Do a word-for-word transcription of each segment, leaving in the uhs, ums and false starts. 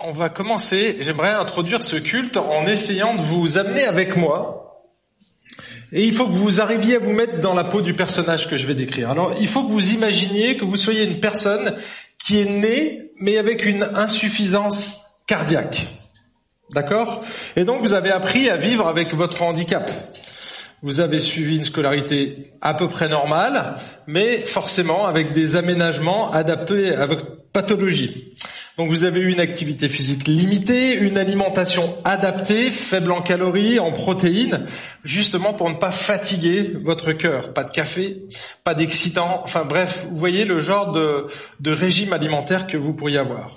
on va commencer. J'aimerais introduire ce culte en essayant de vous amener avec moi. Et il faut que vous arriviez à vous mettre dans la peau du personnage que je vais décrire. Alors, il faut que vous imaginiez que vous soyez une personne qui est née, mais avec une insuffisance cardiaque. D'accord ? Et donc, vous avez appris à vivre avec votre handicap. Vous avez suivi une scolarité à peu près normale, mais forcément avec des aménagements adaptés à votre pathologie. Donc vous avez eu une activité physique limitée, une alimentation adaptée, faible en calories, en protéines, justement pour ne pas fatiguer votre cœur. Pas de café, pas d'excitant, enfin bref, vous voyez le genre de, de régime alimentaire que vous pourriez avoir.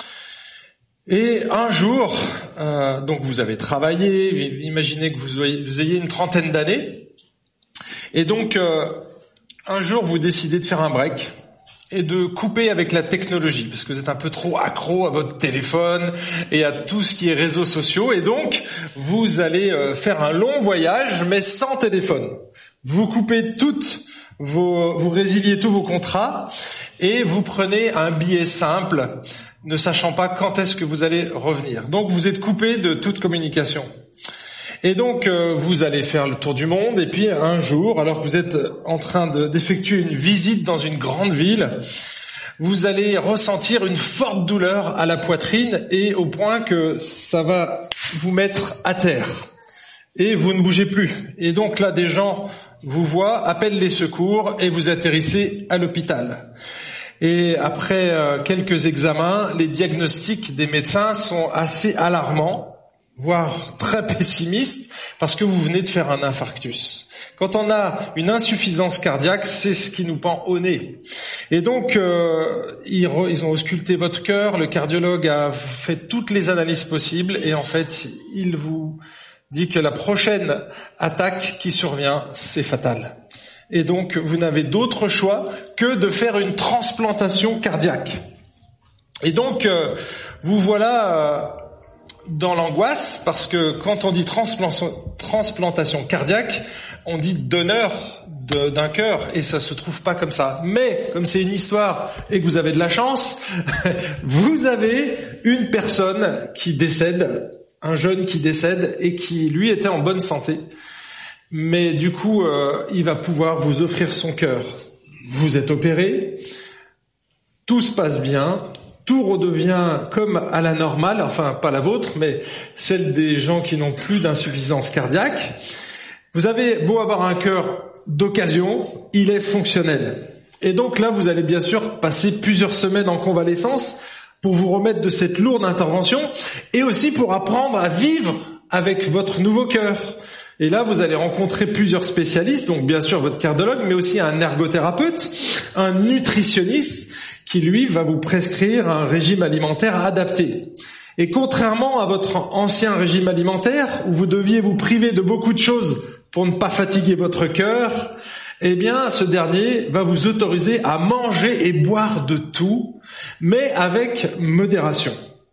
Et un jour, euh, donc vous avez travaillé, imaginez que vous ayez, vous ayez une trentaine d'années, et donc euh, un jour vous décidez de faire un break et de couper avec la technologie, parce que vous êtes un peu trop accro à votre téléphone et à tout ce qui est réseaux sociaux, et donc vous allez euh, faire un long voyage, mais sans téléphone. Vous coupez toutes vos, vous résiliez tous vos contrats, et vous prenez un billet simple, ne sachant pas quand est-ce que vous allez revenir. Donc vous êtes coupé de toute communication. Et donc euh, vous allez faire le tour du monde, et puis un jour, alors que vous êtes en train de, d'effectuer une visite dans une grande ville, vous allez ressentir une forte douleur à la poitrine, et au point que ça va vous mettre à terre. Et vous ne bougez plus. Et donc là, des gens vous voient, appellent les secours, et vous atterrissez à l'hôpital. Et après euh, quelques examens, les diagnostics des médecins sont assez alarmants, voire très pessimistes, parce que vous venez de faire un infarctus. Quand on a une insuffisance cardiaque, c'est ce qui nous pend au nez. Et donc, euh, ils, re, ils ont ausculté votre cœur, le cardiologue a fait toutes les analyses possibles, et en fait, il vous dit que la prochaine attaque qui survient, c'est fatal. Et donc, vous n'avez d'autre choix que de faire une transplantation cardiaque. Et donc, euh, vous voilà euh, dans l'angoisse, parce que quand on dit transplantation, transplantation cardiaque, on dit donneur de, d'un cœur, et ça se trouve pas comme ça. Mais, comme c'est une histoire et que vous avez de la chance, vous avez une personne qui décède, un jeune qui décède, et qui, lui, était en bonne santé. Mais du coup, euh, il va pouvoir vous offrir son cœur. Vous êtes opéré, tout se passe bien, tout redevient comme à la normale, enfin pas la vôtre, mais celle des gens qui n'ont plus d'insuffisance cardiaque. Vous avez beau avoir un cœur d'occasion, il est fonctionnel. Et donc là, vous allez bien sûr passer plusieurs semaines en convalescence pour vous remettre de cette lourde intervention, et aussi pour apprendre à vivre avec votre nouveau cœur. Et là, vous allez rencontrer plusieurs spécialistes, donc bien sûr votre cardiologue, mais aussi un ergothérapeute, un nutritionniste, qui lui va vous prescrire un régime alimentaire adapté. Et contrairement à votre ancien régime alimentaire, où vous deviez vous priver de beaucoup de choses pour ne pas fatiguer votre cœur, eh bien, ce dernier va vous autoriser à manger et boire de tout, mais avec modération.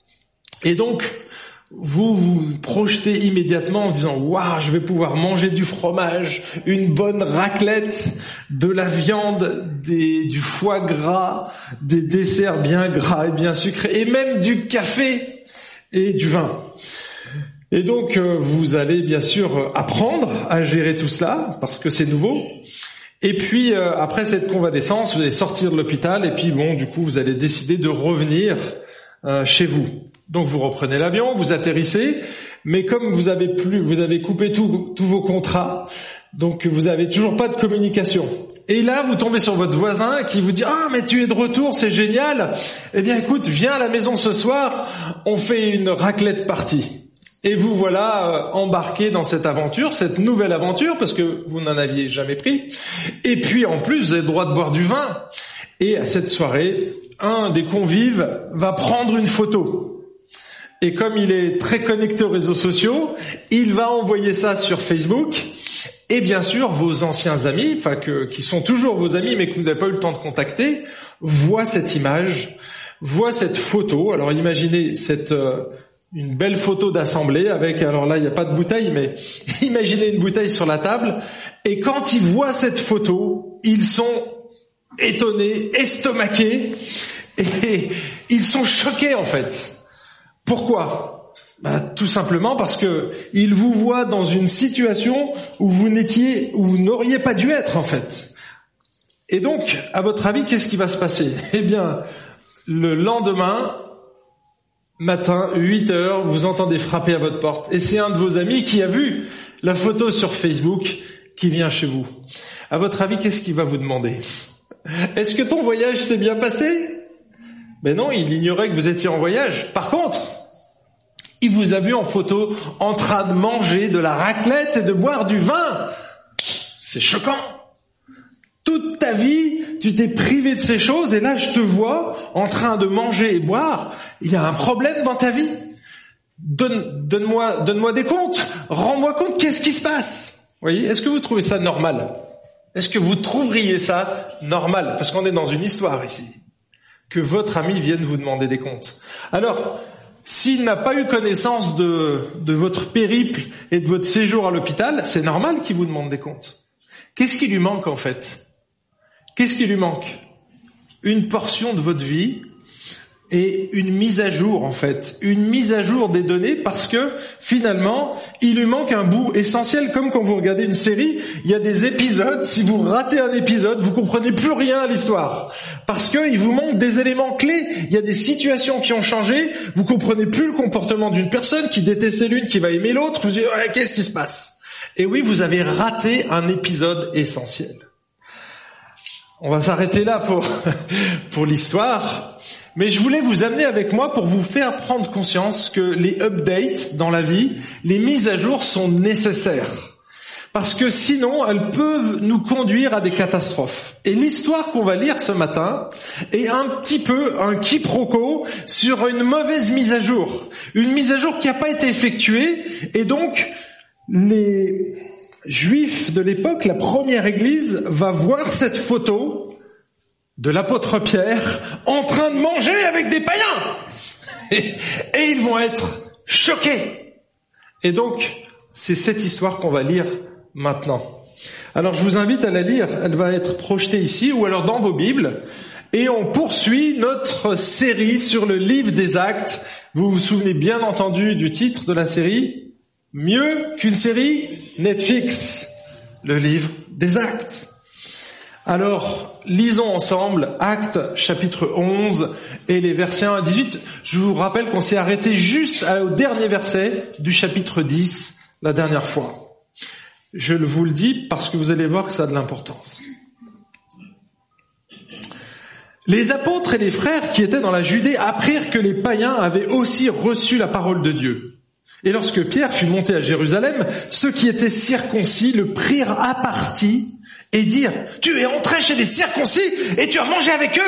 Et donc, vous vous projetez immédiatement en disant « Waouh, je vais pouvoir manger du fromage, une bonne raclette, de la viande, des, du foie gras, des desserts bien gras et bien sucrés, et même du café et du vin. » Et donc, vous allez bien sûr apprendre à gérer tout cela, parce que c'est nouveau. Et puis, après cette convalescence, vous allez sortir de l'hôpital, et puis bon, du coup, vous allez décider de revenir euh, chez vous. Donc vous reprenez l'avion, vous atterrissez, mais comme vous avez plus, vous avez coupé tous tous vos contrats, donc vous avez toujours pas de communication. Et là, vous tombez sur votre voisin qui vous dit « Ah, mais tu es de retour, c'est génial. Eh bien, écoute, viens à la maison ce soir, on fait une raclette party. » Et vous voilà euh, embarqué dans cette aventure, cette nouvelle aventure, parce que vous n'en aviez jamais pris. Et puis, en plus, vous avez le droit de boire du vin. Et à cette soirée, un des convives va prendre une photo. Et comme il est très connecté aux réseaux sociaux, il va envoyer ça sur Facebook. Et bien sûr, vos anciens amis, enfin que, qui sont toujours vos amis, mais que vous n'avez pas eu le temps de contacter, voient cette image, voient cette photo. Alors imaginez cette euh, une belle photo d'assemblée avec, alors là il n'y a pas de bouteille, mais imaginez une bouteille sur la table. Et quand ils voient cette photo, ils sont étonnés, estomaqués, et ils sont choqués en fait. Pourquoi ? Ben, tout simplement parce que il vous voit dans une situation où vous n'étiez, où vous n'auriez pas dû être en fait. Et donc, à votre avis, qu'est-ce qui va se passer ? Eh bien, le lendemain matin, huit heures, vous entendez frapper à votre porte, et c'est un de vos amis qui a vu la photo sur Facebook qui vient chez vous. À votre avis, qu'est-ce qu'il va vous demander ? Est-ce que ton voyage s'est bien passé ? Ben non, il ignorait que vous étiez en voyage. Par contre, il vous a vu en photo en train de manger de la raclette et de boire du vin. C'est choquant. Toute ta vie, tu t'es privé de ces choses et là, je te vois en train de manger et boire. Il y a un problème dans ta vie. Donne, donne-moi, donne-moi des comptes. Rends-moi compte, qu'est-ce qui se passe ? Vous voyez ? Est-ce que vous trouvez ça normal ? Est-ce que vous trouveriez ça normal ? Parce qu'on est dans une histoire ici. Que votre ami vienne vous demander des comptes. Alors, s'il n'a pas eu connaissance de, de votre périple et de votre séjour à l'hôpital, c'est normal qu'il vous demande des comptes. Qu'est-ce qui lui manque en fait ? Qu'est-ce qui lui manque ? Une portion de votre vie et une mise à jour en fait. Une mise à jour des données parce que finalement, il lui manque un bout essentiel. Comme quand vous regardez une série, il y a des épisodes, si vous ratez un épisode, vous comprenez plus rien à l'histoire. Parce qu'il vous manque des éléments clés. Il y a des situations qui ont changé, vous comprenez plus le comportement d'une personne qui détestait l'une, qui va aimer l'autre. Vous dites, ouais, qu'est-ce qui se passe ? Et oui, vous avez raté un épisode essentiel. On va s'arrêter là pour, pour l'histoire. Mais je voulais vous amener avec moi pour vous faire prendre conscience que les updates dans la vie, les mises à jour sont nécessaires. Parce que sinon, elles peuvent nous conduire à des catastrophes. Et l'histoire qu'on va lire ce matin est un petit peu un quiproquo sur une mauvaise mise à jour. Une mise à jour qui n'a pas été effectuée. Et donc, les Juifs de l'époque, la première église, va voir cette photo de l'apôtre Pierre en train de manger avec des païens. Et, et ils vont être choqués. Et donc, c'est cette histoire qu'on va lire maintenant. Alors, je vous invite à la lire. Elle va être projetée ici ou alors dans vos Bibles. Et on poursuit notre série sur le livre des Actes. Vous vous souvenez bien entendu du titre de la série ? Mieux qu'une série Netflix, le livre des Actes. Alors, lisons ensemble Actes chapitre onze et les versets un à dix-huit. Je vous rappelle qu'on s'est arrêté juste au dernier verset du chapitre dix la dernière fois. Je vous le dis parce que vous allez voir que ça a de l'importance. Les apôtres et les frères qui étaient dans la Judée apprirent que les païens avaient aussi reçu la parole de Dieu. Et lorsque Pierre fut monté à Jérusalem, ceux qui étaient circoncis le prirent à partie et dirent « Tu es entré chez les circoncis et tu as mangé avec eux ?»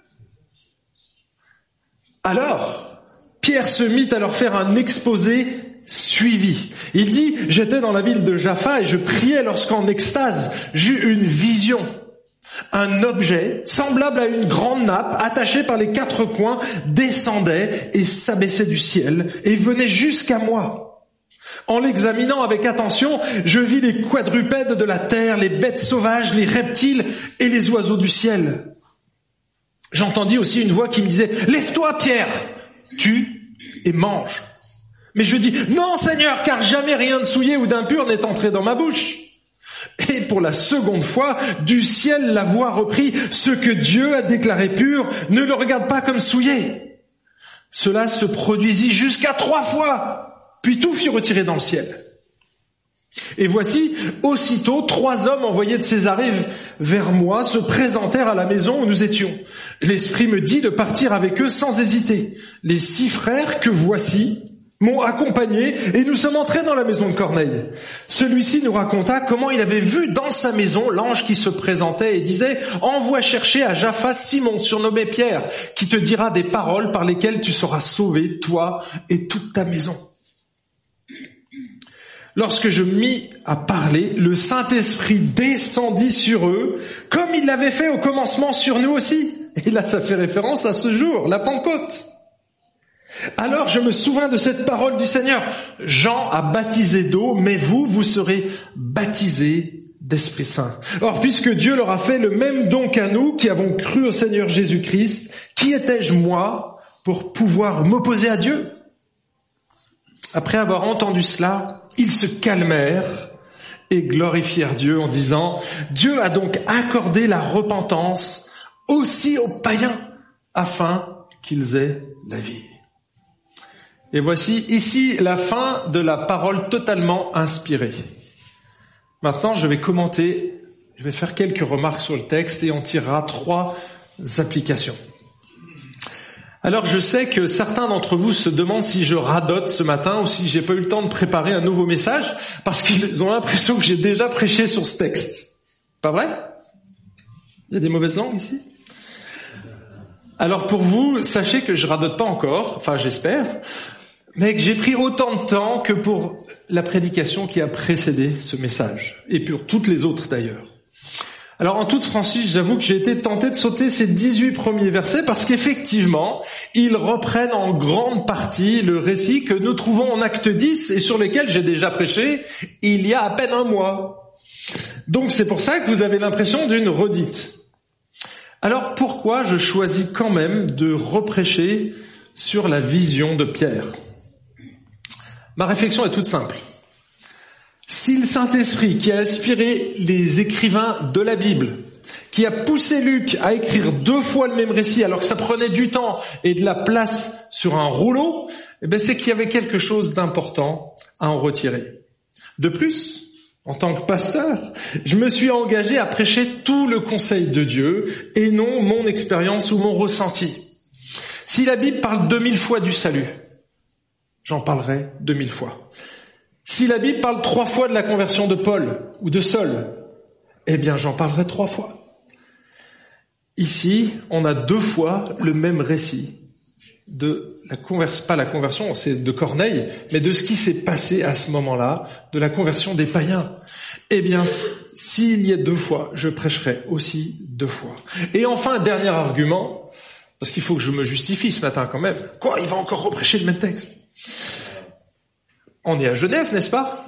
Alors, Pierre se mit à leur faire un exposé suivi. Il dit « J'étais dans la ville de Jaffa et je priais lorsqu'en extase, j'eus une vision. » Un objet, semblable à une grande nappe, attachée par les quatre coins, descendait et s'abaissait du ciel et venait jusqu'à moi. En l'examinant avec attention, je vis les quadrupèdes de la terre, les bêtes sauvages, les reptiles et les oiseaux du ciel. J'entendis aussi une voix qui me disait « Lève-toi, Pierre, tue et mange. » Mais je dis « Non, Seigneur, car jamais rien de souillé ou d'impur n'est entré dans ma bouche. » Et pour la seconde fois, du ciel la voix reprit « Ce que Dieu a déclaré pur, ne le regarde pas comme souillé. » Cela se produisit jusqu'à trois fois, puis tout fut retiré dans le ciel. Et voici, aussitôt, trois hommes envoyés de Césarée vers moi se présentèrent à la maison où nous étions. L'Esprit me dit de partir avec eux sans hésiter. Les six frères que voici m'ont accompagné et nous sommes entrés dans la maison de Corneille. Celui-ci nous raconta comment il avait vu dans sa maison l'ange qui se présentait et disait « Envoie chercher à Jaffa Simon, surnommé Pierre, qui te dira des paroles par lesquelles tu seras sauvé, toi et toute ta maison. » Lorsque je mis à parler, le Saint-Esprit descendit sur eux, comme il l'avait fait au commencement sur nous aussi. Et là, ça fait référence à ce jour, la Pentecôte. Alors je me souvins de cette parole du Seigneur. Jean a baptisé d'eau, mais vous, vous serez baptisés d'Esprit Saint. Or, puisque Dieu leur a fait le même don qu'à nous, qui avons cru au Seigneur Jésus-Christ, qui étais-je moi pour pouvoir m'opposer à Dieu ? après avoir entendu cela, ils se calmèrent et glorifièrent Dieu en disant « Dieu a donc accordé la repentance aussi aux païens, afin qu'ils aient la vie. » Et voici ici la fin de la parole totalement inspirée. Maintenant, je vais commenter, je vais faire quelques remarques sur le texte et on tirera trois applications. Alors, je sais que certains d'entre vous se demandent si je radote ce matin ou si j'ai pas eu le temps de préparer un nouveau message parce qu'ils ont l'impression que j'ai déjà prêché sur ce texte. Pas vrai? Il y a des mauvaises langues ici? Alors pour vous, sachez que je radote pas encore, enfin j'espère, mais que j'ai pris autant de temps que pour la prédication qui a précédé ce message, et pour toutes les autres d'ailleurs. Alors en toute franchise, j'avoue que j'ai été tenté de sauter ces dix-huit premiers versets parce qu'effectivement, ils reprennent en grande partie le récit que nous trouvons en Acte dix et sur lesquels j'ai déjà prêché il y a à peine un mois. Donc c'est pour ça que vous avez l'impression d'une redite. Alors pourquoi je choisis quand même de reprêcher sur la vision de Pierre? Ma réflexion est toute simple. Si le Saint-Esprit qui a inspiré les écrivains de la Bible, qui a poussé Luc à écrire deux fois le même récit alors que ça prenait du temps et de la place sur un rouleau, eh ben c'est qu'il y avait quelque chose d'important à en retirer. De plus, en tant que pasteur, je me suis engagé à prêcher tout le conseil de Dieu et non mon expérience ou mon ressenti. Si la Bible parle deux mille fois du salut, j'en parlerai deux mille fois. Si la Bible parle trois fois de la conversion de Paul ou de Saul, eh bien j'en parlerai trois fois. Ici, on a deux fois le même récit de la conversion, pas la conversion, c'est de Corneille, mais de ce qui s'est passé à ce moment-là, de la conversion des païens. Eh bien, s'il y a deux fois, je prêcherai aussi deux fois. Et enfin, dernier argument, parce qu'il faut que je me justifie ce matin quand même. Quoi, il va encore reprêcher le même texte? On est à Genève, n'est-ce pas?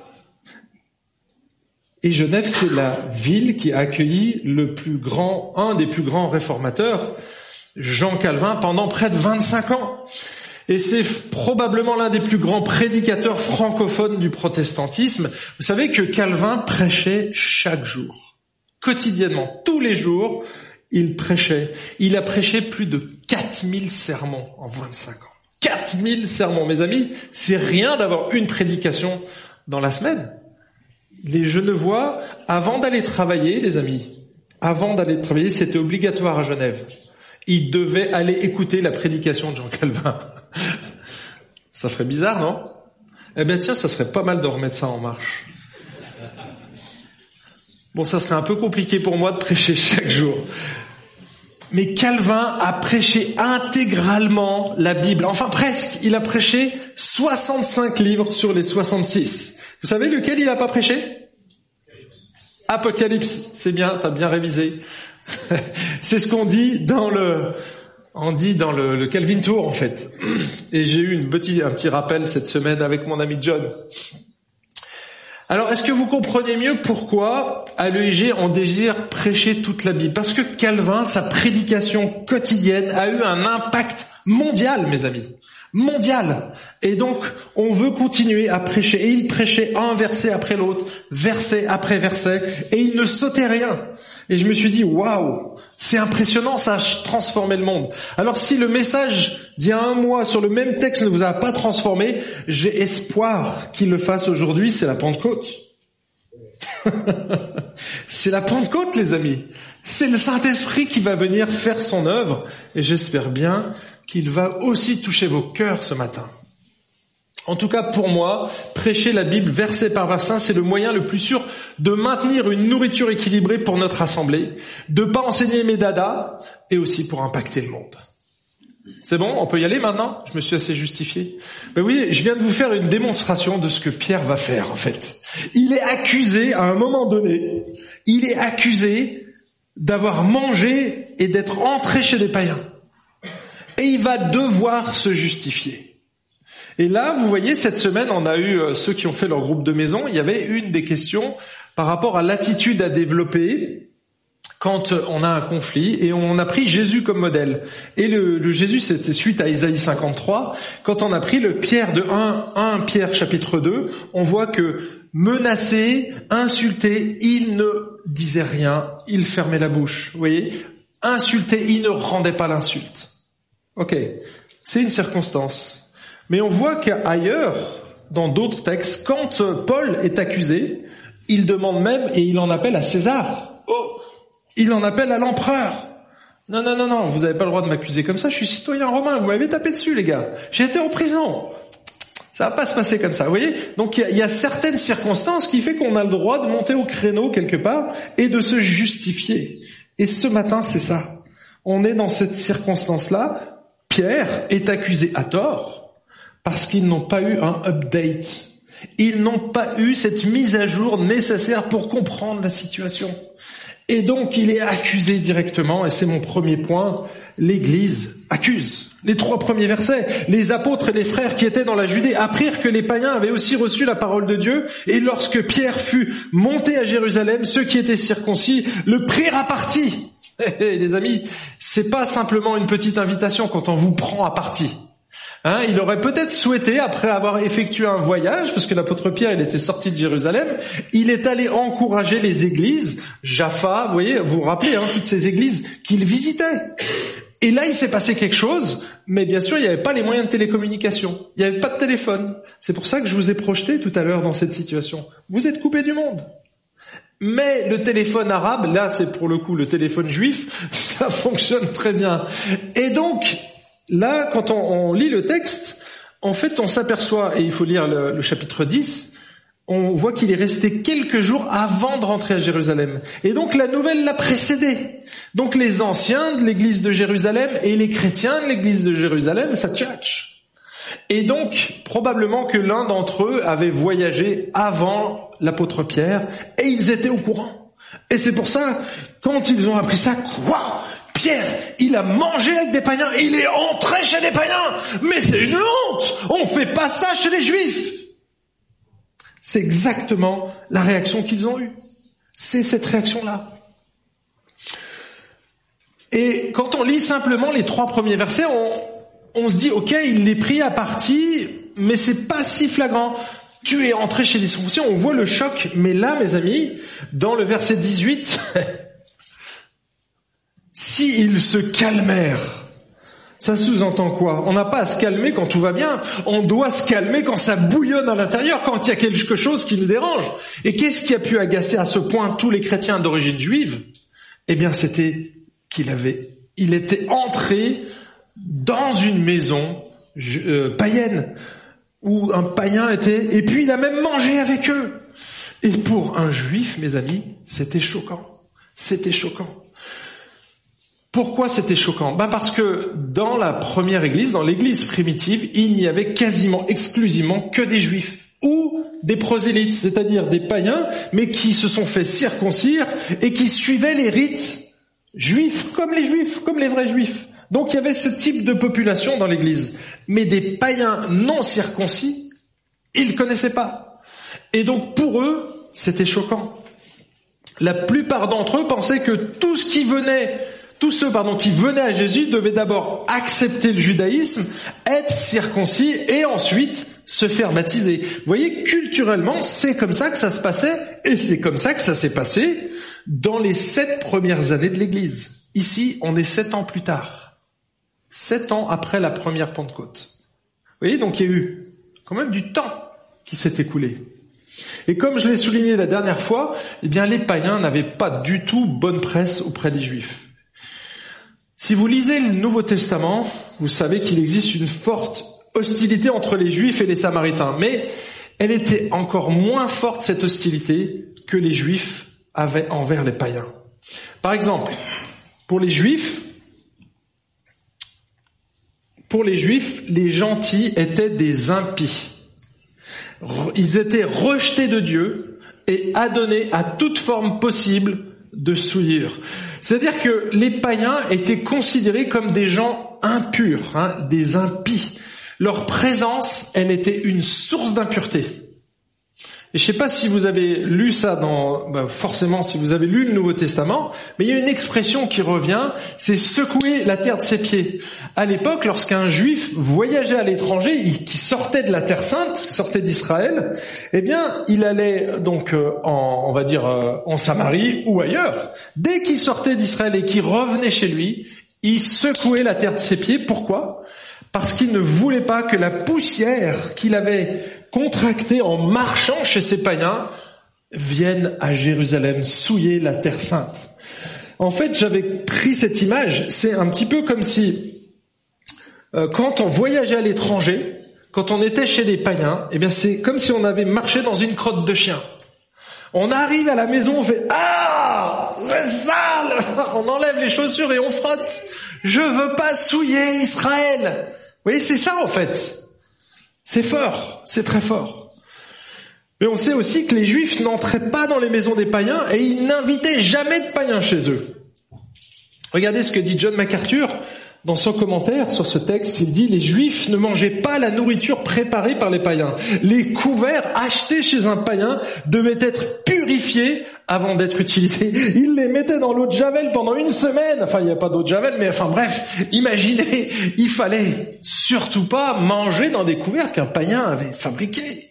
Et Genève, c'est la ville qui a accueilli le plus grand, un des plus grands réformateurs, Jean Calvin, pendant près de vingt-cinq ans. Et c'est probablement l'un des plus grands prédicateurs francophones du protestantisme. Vous savez que Calvin prêchait chaque jour, quotidiennement, tous les jours, il prêchait. Il a prêché plus de quatre mille sermons en vingt-cinq ans. quatre mille sermons, mes amis, c'est rien d'avoir une prédication dans la semaine. Les Genevois, avant d'aller travailler, les amis, avant d'aller travailler, c'était obligatoire à Genève. Ils devaient aller écouter la prédication de Jean Calvin. Ça ferait bizarre, non? Eh bien tiens, ça serait pas mal de remettre ça en marche. Bon, ça serait un peu compliqué pour moi de prêcher chaque jour. Mais Calvin a prêché intégralement la Bible. Enfin presque, il a prêché soixante-cinq livres sur les soixante-six. Vous savez lequel il n'a pas prêché? Apocalypse. C'est bien, t'as bien révisé. C'est ce qu'on dit dans le, on dit dans le, le Calvin Tour en fait. Et j'ai eu une petit, un petit rappel cette semaine avec mon ami John. Alors, est-ce que vous comprenez mieux pourquoi, à l'E I G, on désire prêcher toute la Bible? Parce que Calvin, sa prédication quotidienne, a eu un impact mondial, mes amis. Mondial. Et donc, on veut continuer à prêcher. Et il prêchait un verset après l'autre, verset après verset, et il ne sautait rien. Et je me suis dit, waouh, c'est impressionnant, ça a transformé le monde. Alors si le message d'il y a un mois sur le même texte ne vous a pas transformé, j'ai espoir qu'il le fasse aujourd'hui, c'est la Pentecôte. C'est la Pentecôte, les amis. C'est le Saint-Esprit qui va venir faire son œuvre, et j'espère bien qu'il va aussi toucher vos cœurs ce matin. En tout cas, pour moi, prêcher la Bible verset par verset, c'est le moyen le plus sûr de maintenir une nourriture équilibrée pour notre assemblée, de pas enseigner mes dadas, et aussi pour impacter le monde. C'est bon, on peut y aller maintenant? Je me suis assez justifié. Ben oui, je viens de vous faire une démonstration de ce que Pierre va faire, en fait. Il est accusé, à un moment donné, il est accusé d'avoir mangé et d'être entré chez des païens. Et il va devoir se justifier. Et là, vous voyez, cette semaine, on a eu euh, ceux qui ont fait leur groupe de maison, il y avait une des questions par rapport à l'attitude à développer quand on a un conflit, et on a pris Jésus comme modèle. Et le, le Jésus, c'était suite à Isaïe cinquante-trois, quand on a pris le Pierre de un Pierre chapitre deux, on voit que menacé, insulté, il ne disait rien, il fermait la bouche. Vous voyez, insulté, il ne rendait pas l'insulte. Ok, c'est une circonstance. Mais on voit qu'ailleurs, dans d'autres textes, quand Paul est accusé, il demande même, et il en appelle à César. Oh, il en appelle à l'empereur. Non, non, non, non, vous n'avez pas le droit de m'accuser comme ça, je suis citoyen romain, vous m'avez tapé dessus, les gars. J'ai été en prison. Ça va pas se passer comme ça, vous voyez? Donc il y, y a certaines circonstances qui fait qu'on a le droit de monter au créneau quelque part et de se justifier. Et ce matin, c'est ça. On est dans cette circonstance-là. Pierre est accusé à tort parce qu'ils n'ont pas eu un update. Ils n'ont pas eu cette mise à jour nécessaire pour comprendre la situation. Et donc, il est accusé directement, et c'est mon premier point, l'Église accuse. Les trois premiers versets, les apôtres et les frères qui étaient dans la Judée apprirent que les païens avaient aussi reçu la parole de Dieu, et lorsque Pierre fut monté à Jérusalem, ceux qui étaient circoncis le prirent à partie. Les amis, c'est pas simplement une petite invitation quand on vous prend à partie. Hein, il aurait peut-être souhaité, après avoir effectué un voyage, parce que l'apôtre Pierre, il était sorti de Jérusalem, il est allé encourager les églises, Jaffa, vous voyez, vous vous rappelez, hein, toutes ces églises qu'il visitait. Et là, il s'est passé quelque chose, mais bien sûr, il n'y avait pas les moyens de télécommunication. Il n'y avait pas de téléphone. C'est pour ça que je vous ai projeté tout à l'heure dans cette situation. Vous êtes coupé du monde. Mais le téléphone arabe, là, c'est pour le coup le téléphone juif, ça fonctionne très bien. Et donc, là, quand on, on lit le texte, en fait, on s'aperçoit, et il faut lire le, le chapitre dix, on voit qu'il est resté quelques jours avant de rentrer à Jérusalem. Et donc, la nouvelle l'a précédé. Donc, les anciens de l'église de Jérusalem et les chrétiens de l'église de Jérusalem, ça tchatche. Et donc, probablement que l'un d'entre eux avait voyagé avant l'apôtre Pierre, et ils étaient au courant. Et c'est pour ça, quand ils ont appris ça, quoi ? Pierre, il a mangé avec des païens, et il est entré chez les païens. Mais c'est une honte. On fait pas ça chez les juifs. C'est exactement la réaction qu'ils ont eue. C'est cette réaction-là. Et quand on lit simplement les trois premiers versets, on, on se dit, ok, il les pris à partie, mais c'est pas si flagrant. Tu es entré chez les circoncis, on voit le choc. Mais là, mes amis, dans le verset dix-huit, s'ils se calmèrent, ça sous-entend quoi? On n'a pas à se calmer quand tout va bien. On doit se calmer quand ça bouillonne à l'intérieur, quand il y a quelque chose qui nous dérange. Et qu'est-ce qui a pu agacer à ce point tous les chrétiens d'origine juive? Eh bien, c'était qu'il avait, il était entré dans une maison euh, païenne, où un païen était, et puis il a même mangé avec eux. Et pour un juif, mes amis, c'était choquant. C'était choquant. Pourquoi c'était choquant? Ben parce que dans la première église, dans l'église primitive, il n'y avait quasiment exclusivement que des juifs ou des prosélytes, c'est-à-dire des païens, mais qui se sont fait circoncire et qui suivaient les rites juifs, comme les juifs, comme les vrais juifs. Donc il y avait ce type de population dans l'église. Mais des païens non circoncis, ils ne connaissaient pas. Et donc pour eux, c'était choquant. La plupart d'entre eux pensaient que tout ce qui venait Tous ceux pardon, qui venaient à Jésus devaient d'abord accepter le judaïsme, être circoncis et ensuite se faire baptiser. Vous voyez, culturellement, c'est comme ça que ça se passait et c'est comme ça que ça s'est passé dans les sept premières années de l'Église. Ici, on est sept ans plus tard. Sept ans après la première Pentecôte. Vous voyez, donc il y a eu quand même du temps qui s'est écoulé. Et comme je l'ai souligné la dernière fois, eh bien les païens n'avaient pas du tout bonne presse auprès des Juifs. Si vous lisez le Nouveau Testament, vous savez qu'il existe une forte hostilité entre les Juifs et les Samaritains. Mais elle était encore moins forte, cette hostilité, que les Juifs avaient envers les païens. Par exemple, pour les Juifs, pour les Juifs, les gentils étaient des impies. Ils étaient rejetés de Dieu et adonnés à toute forme possible de souillure. C'est-à-dire que les païens étaient considérés comme des gens impurs, hein, des impies. Leur présence, elle était une source d'impureté. Et je sais pas si vous avez lu ça dans, bah forcément si vous avez lu le Nouveau Testament, mais il y a une expression qui revient, c'est secouer la terre de ses pieds. À l'époque, lorsqu'un juif voyageait à l'étranger, il, qui sortait de la terre sainte, qui sortait d'Israël, eh bien, il allait donc euh, en, on va dire, euh, en Samarie ou ailleurs. Dès qu'il sortait d'Israël et qu'il revenait chez lui, il secouait la terre de ses pieds. Pourquoi ? Parce qu'il ne voulait pas que la poussière qu'il avait contractée en marchant chez ces païens vienne à Jérusalem souiller la terre sainte. En fait, j'avais pris cette image, c'est un petit peu comme si, euh, quand on voyageait à l'étranger, quand on était chez des païens, eh bien c'est comme si on avait marché dans une crotte de chien. On arrive à la maison, on fait « Ah, c'est sale !» On enlève les chaussures et on frotte. « Je veux pas souiller Israël !» Vous voyez, c'est ça en fait. C'est fort, c'est très fort. Mais on sait aussi que les Juifs n'entraient pas dans les maisons des païens et ils n'invitaient jamais de païens chez eux. Regardez ce que dit John MacArthur dans son commentaire sur ce texte. Il dit « Les Juifs ne mangeaient pas la nourriture préparée par les païens. Les couverts achetés chez un païen devaient être purifiés avant d'être utilisés. Ils les mettaient dans l'eau de Javel pendant une semaine. » Enfin, il n'y a pas d'eau de Javel, mais enfin bref, imaginez, il fallait surtout pas manger dans des couverts qu'un païen avait fabriqués.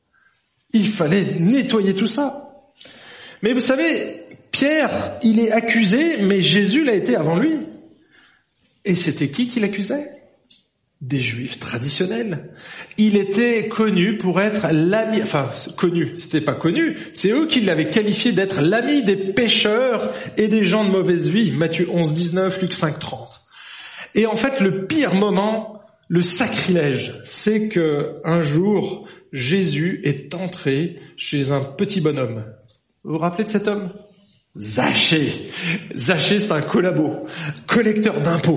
Il fallait nettoyer tout ça. Mais vous savez, Pierre, il est accusé, mais Jésus l'a été avant lui. Et c'était qui qui l'accusait ? Des Juifs traditionnels. Il était connu pour être l'ami, enfin connu, c'était pas connu, c'est eux qui l'avaient qualifié d'être l'ami des pécheurs et des gens de mauvaise vie. Matthieu onze, dix-neuf, Luc cinq, trente. Et en fait, le pire moment, le sacrilège, c'est que un jour, Jésus est entré chez un petit bonhomme. Vous vous rappelez de cet homme ? Zachée. Zachée, c'est un collabo, collecteur d'impôts.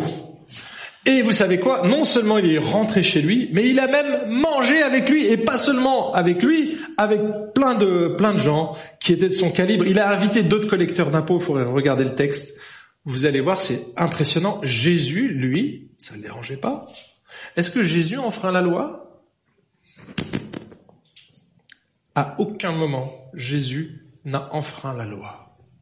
Et vous savez quoi ? Non seulement il est rentré chez lui, mais il a même mangé avec lui, et pas seulement avec lui, avec plein de plein de gens qui étaient de son calibre. Il a invité d'autres collecteurs d'impôts, il faudrait regarder le texte. Vous allez voir, c'est impressionnant. Jésus, lui, ça ne le dérangeait pas. Est-ce que Jésus enfreint la loi ? À aucun moment, Jésus n'a enfreint la loi.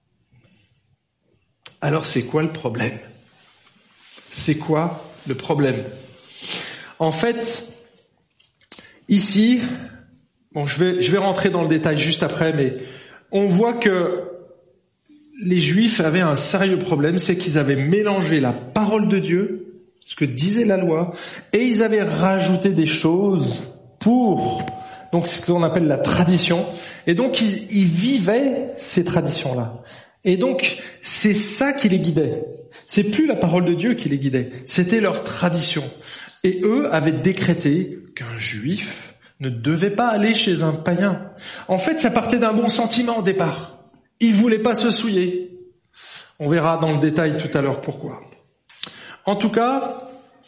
Alors c'est quoi le problème ? C'est quoi le problème ? En fait, ici, bon, je vais, je vais rentrer dans le détail juste après, mais on voit que les Juifs avaient un sérieux problème, c'est qu'ils avaient mélangé la parole de Dieu, ce que disait la loi, et ils avaient rajouté des choses pour, donc ce qu'on appelle la tradition, et donc ils, ils vivaient ces traditions-là. Et donc, c'est ça qui les guidait. C'est plus la parole de Dieu qui les guidait, c'était leur tradition. Et eux avaient décrété qu'un juif ne devait pas aller chez un païen. En fait, ça partait d'un bon sentiment au départ. Ils voulaient pas se souiller. On verra dans le détail tout à l'heure pourquoi. En tout cas,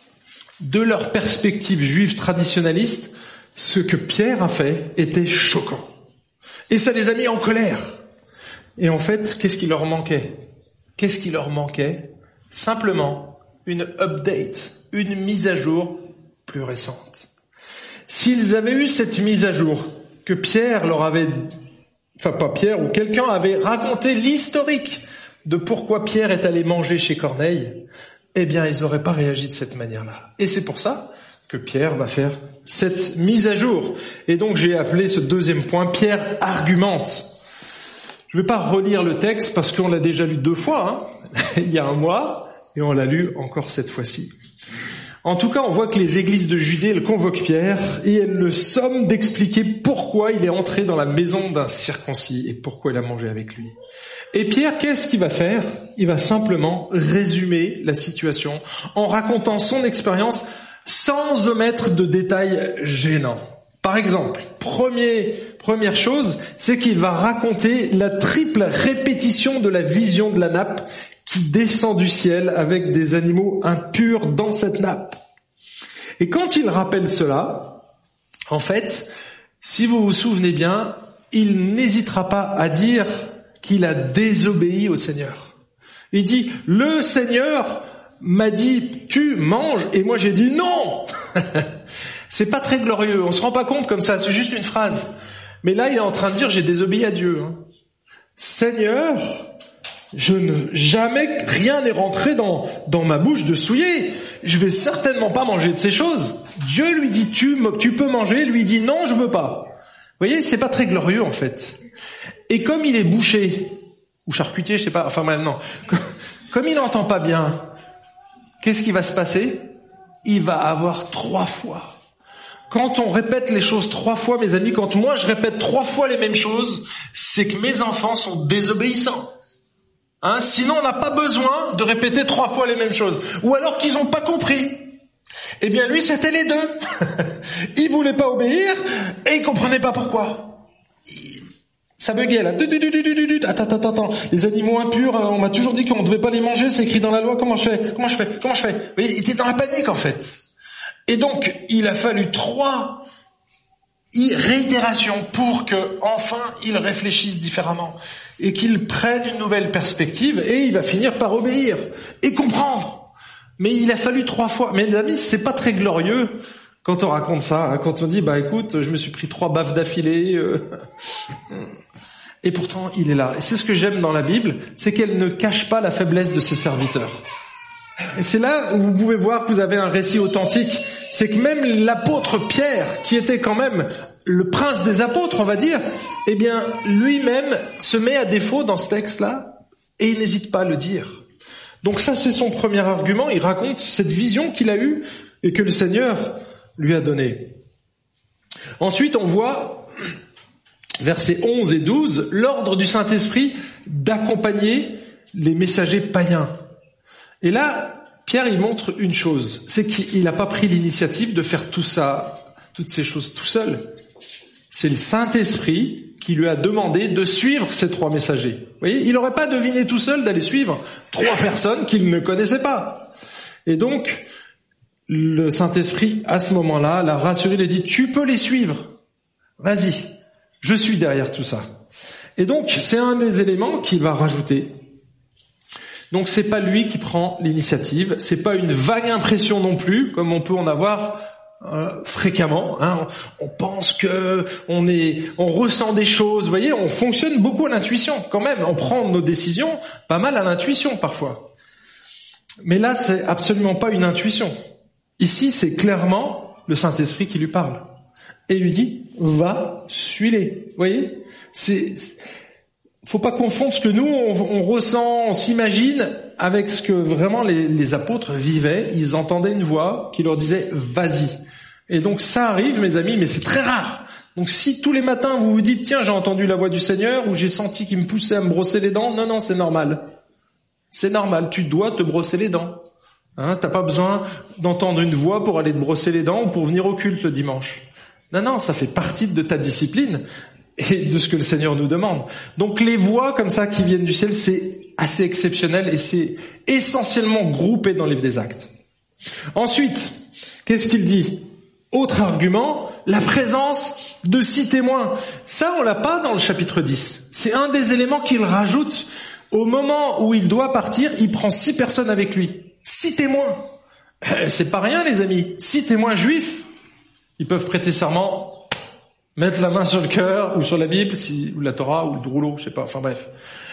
de leur perspective juive traditionnaliste, ce que Pierre a fait était choquant. Et ça les a mis en colère. Et en fait, qu'est-ce qui leur manquait ? Qu'est-ce qui leur manquait ? Simplement une update, une mise à jour plus récente. S'ils avaient eu cette mise à jour, que Pierre leur avait, enfin pas Pierre, ou quelqu'un avait raconté l'historique de pourquoi Pierre est allé manger chez Corneille, eh bien ils n'auraient pas réagi de cette manière-là. Et c'est pour ça que Pierre va faire cette mise à jour. Et donc j'ai appelé ce deuxième point, Pierre argumente. Je ne vais pas relire le texte parce qu'on l'a déjà lu deux fois, hein, il y a un mois, et on l'a lu encore cette fois-ci. En tout cas, on voit que les églises de Judée, elles convoquent Pierre, et elles le somment d'expliquer pourquoi il est entré dans la maison d'un circoncis, et pourquoi il a mangé avec lui. Et Pierre, qu'est-ce qu'il va faire ? Il va simplement résumer la situation en racontant son expérience sans omettre de détails gênants. Par exemple, premier, première chose, c'est qu'il va raconter la triple répétition de la vision de la nappe qui descend du ciel avec des animaux impurs dans cette nappe. Et quand il rappelle cela, en fait, si vous vous souvenez bien, il n'hésitera pas à dire qu'il a désobéi au Seigneur. Il dit, le Seigneur m'a dit, tu manges, et moi j'ai dit non. C'est pas très glorieux, on se rend pas compte comme ça, c'est juste une phrase. Mais là, il est en train de dire, j'ai désobéi à Dieu. Hein. Seigneur, je ne, jamais rien n'est rentré dans, dans ma bouche de souillé. Je vais certainement pas manger de ces choses. Dieu lui dit, tu, tu peux manger, lui dit, non, je veux pas. Vous voyez, c'est pas très glorieux, en fait. Et comme il est bouché, ou charcutier, je sais pas, enfin maintenant, comme il n'entend pas bien, qu'est-ce qui va se passer? Il va avoir trois fois. Quand on répète les choses trois fois, mes amis, quand moi je répète trois fois les mêmes choses, c'est que mes enfants sont désobéissants. Hein, sinon on n'a pas besoin de répéter trois fois les mêmes choses. Ou alors qu'ils n'ont pas compris. Eh bien lui c'était les deux. Il voulait pas obéir et il comprenait pas pourquoi. Ça buguait là. Attends, attends, attends. Les animaux impurs, on m'a toujours dit qu'on ne devait pas les manger, c'est écrit dans la loi. Comment je fais? Comment je fais? Comment je fais? Vous voyez, il était dans la panique en fait. Et donc, il a fallu trois réitérations pour que, enfin, il réfléchisse différemment et qu'il prenne une nouvelle perspective et il va finir par obéir et comprendre. Mais il a fallu trois fois. Mes amis, c'est pas très glorieux quand on raconte ça, hein, quand on dit, bah écoute, je me suis pris trois baffes d'affilée. Euh... Et pourtant, il est là. Et c'est ce que j'aime dans la Bible, c'est qu'elle ne cache pas la faiblesse de ses serviteurs. Et c'est là où vous pouvez voir que vous avez un récit authentique. C'est que même l'apôtre Pierre, qui était quand même le prince des apôtres, on va dire, eh bien, lui-même se met à défaut dans ce texte-là, et il n'hésite pas à le dire. Donc ça, c'est son premier argument. Il raconte cette vision qu'il a eue et que le Seigneur lui a donnée. Ensuite, on voit, versets onze et douze, l'ordre du Saint-Esprit d'accompagner les messagers païens. Et là, Pierre, il montre une chose, c'est qu'il n'a pas pris l'initiative de faire tout ça, toutes ces choses tout seul. C'est le Saint-Esprit qui lui a demandé de suivre ces trois messagers. Vous voyez, il n'aurait pas deviné tout seul d'aller suivre trois personnes qu'il ne connaissait pas. Et donc, le Saint-Esprit, à ce moment-là, l'a rassuré, il a dit, tu peux les suivre. Vas-y, je suis derrière tout ça. Et donc, c'est un des éléments qu'il va rajouter. Donc c'est pas lui qui prend l'initiative, c'est pas une vague impression non plus, comme on peut en avoir euh, fréquemment. Hein. On, on pense que on est, on ressent des choses. Vous voyez, on fonctionne beaucoup à l'intuition quand même. On prend nos décisions pas mal à l'intuition parfois. Mais là, c'est absolument pas une intuition. Ici, c'est clairement le Saint-Esprit qui lui parle et lui dit va, suis-les. Vous voyez, c'est faut pas confondre ce que nous, on, on ressent, on s'imagine avec ce que vraiment les, les apôtres vivaient. Ils entendaient une voix qui leur disait « vas-y ». Et donc ça arrive, mes amis, mais c'est très rare. Donc si tous les matins vous vous dites « tiens, j'ai entendu la voix du Seigneur » ou « j'ai senti qu'il me poussait à me brosser les dents », non, non, c'est normal. C'est normal, tu dois te brosser les dents. Hein, t'as pas besoin d'entendre une voix pour aller te brosser les dents ou pour venir au culte le dimanche. Non, non, ça fait partie de ta discipline et de ce que le Seigneur nous demande. Donc les voix comme ça qui viennent du ciel, c'est assez exceptionnel et c'est essentiellement groupé dans le livre des Actes. Ensuite, qu'est-ce qu'il dit? Autre argument, la présence de six témoins. Ça, on l'a pas dans le chapitre dix. C'est un des éléments qu'il rajoute. Au moment où il doit partir, il prend six personnes avec lui. Six témoins. C'est pas rien, les amis. Six témoins juifs. Ils peuvent prêter serment, mettre la main sur le cœur, ou sur la Bible, si, ou la Torah, ou le rouleau, je sais pas, enfin bref.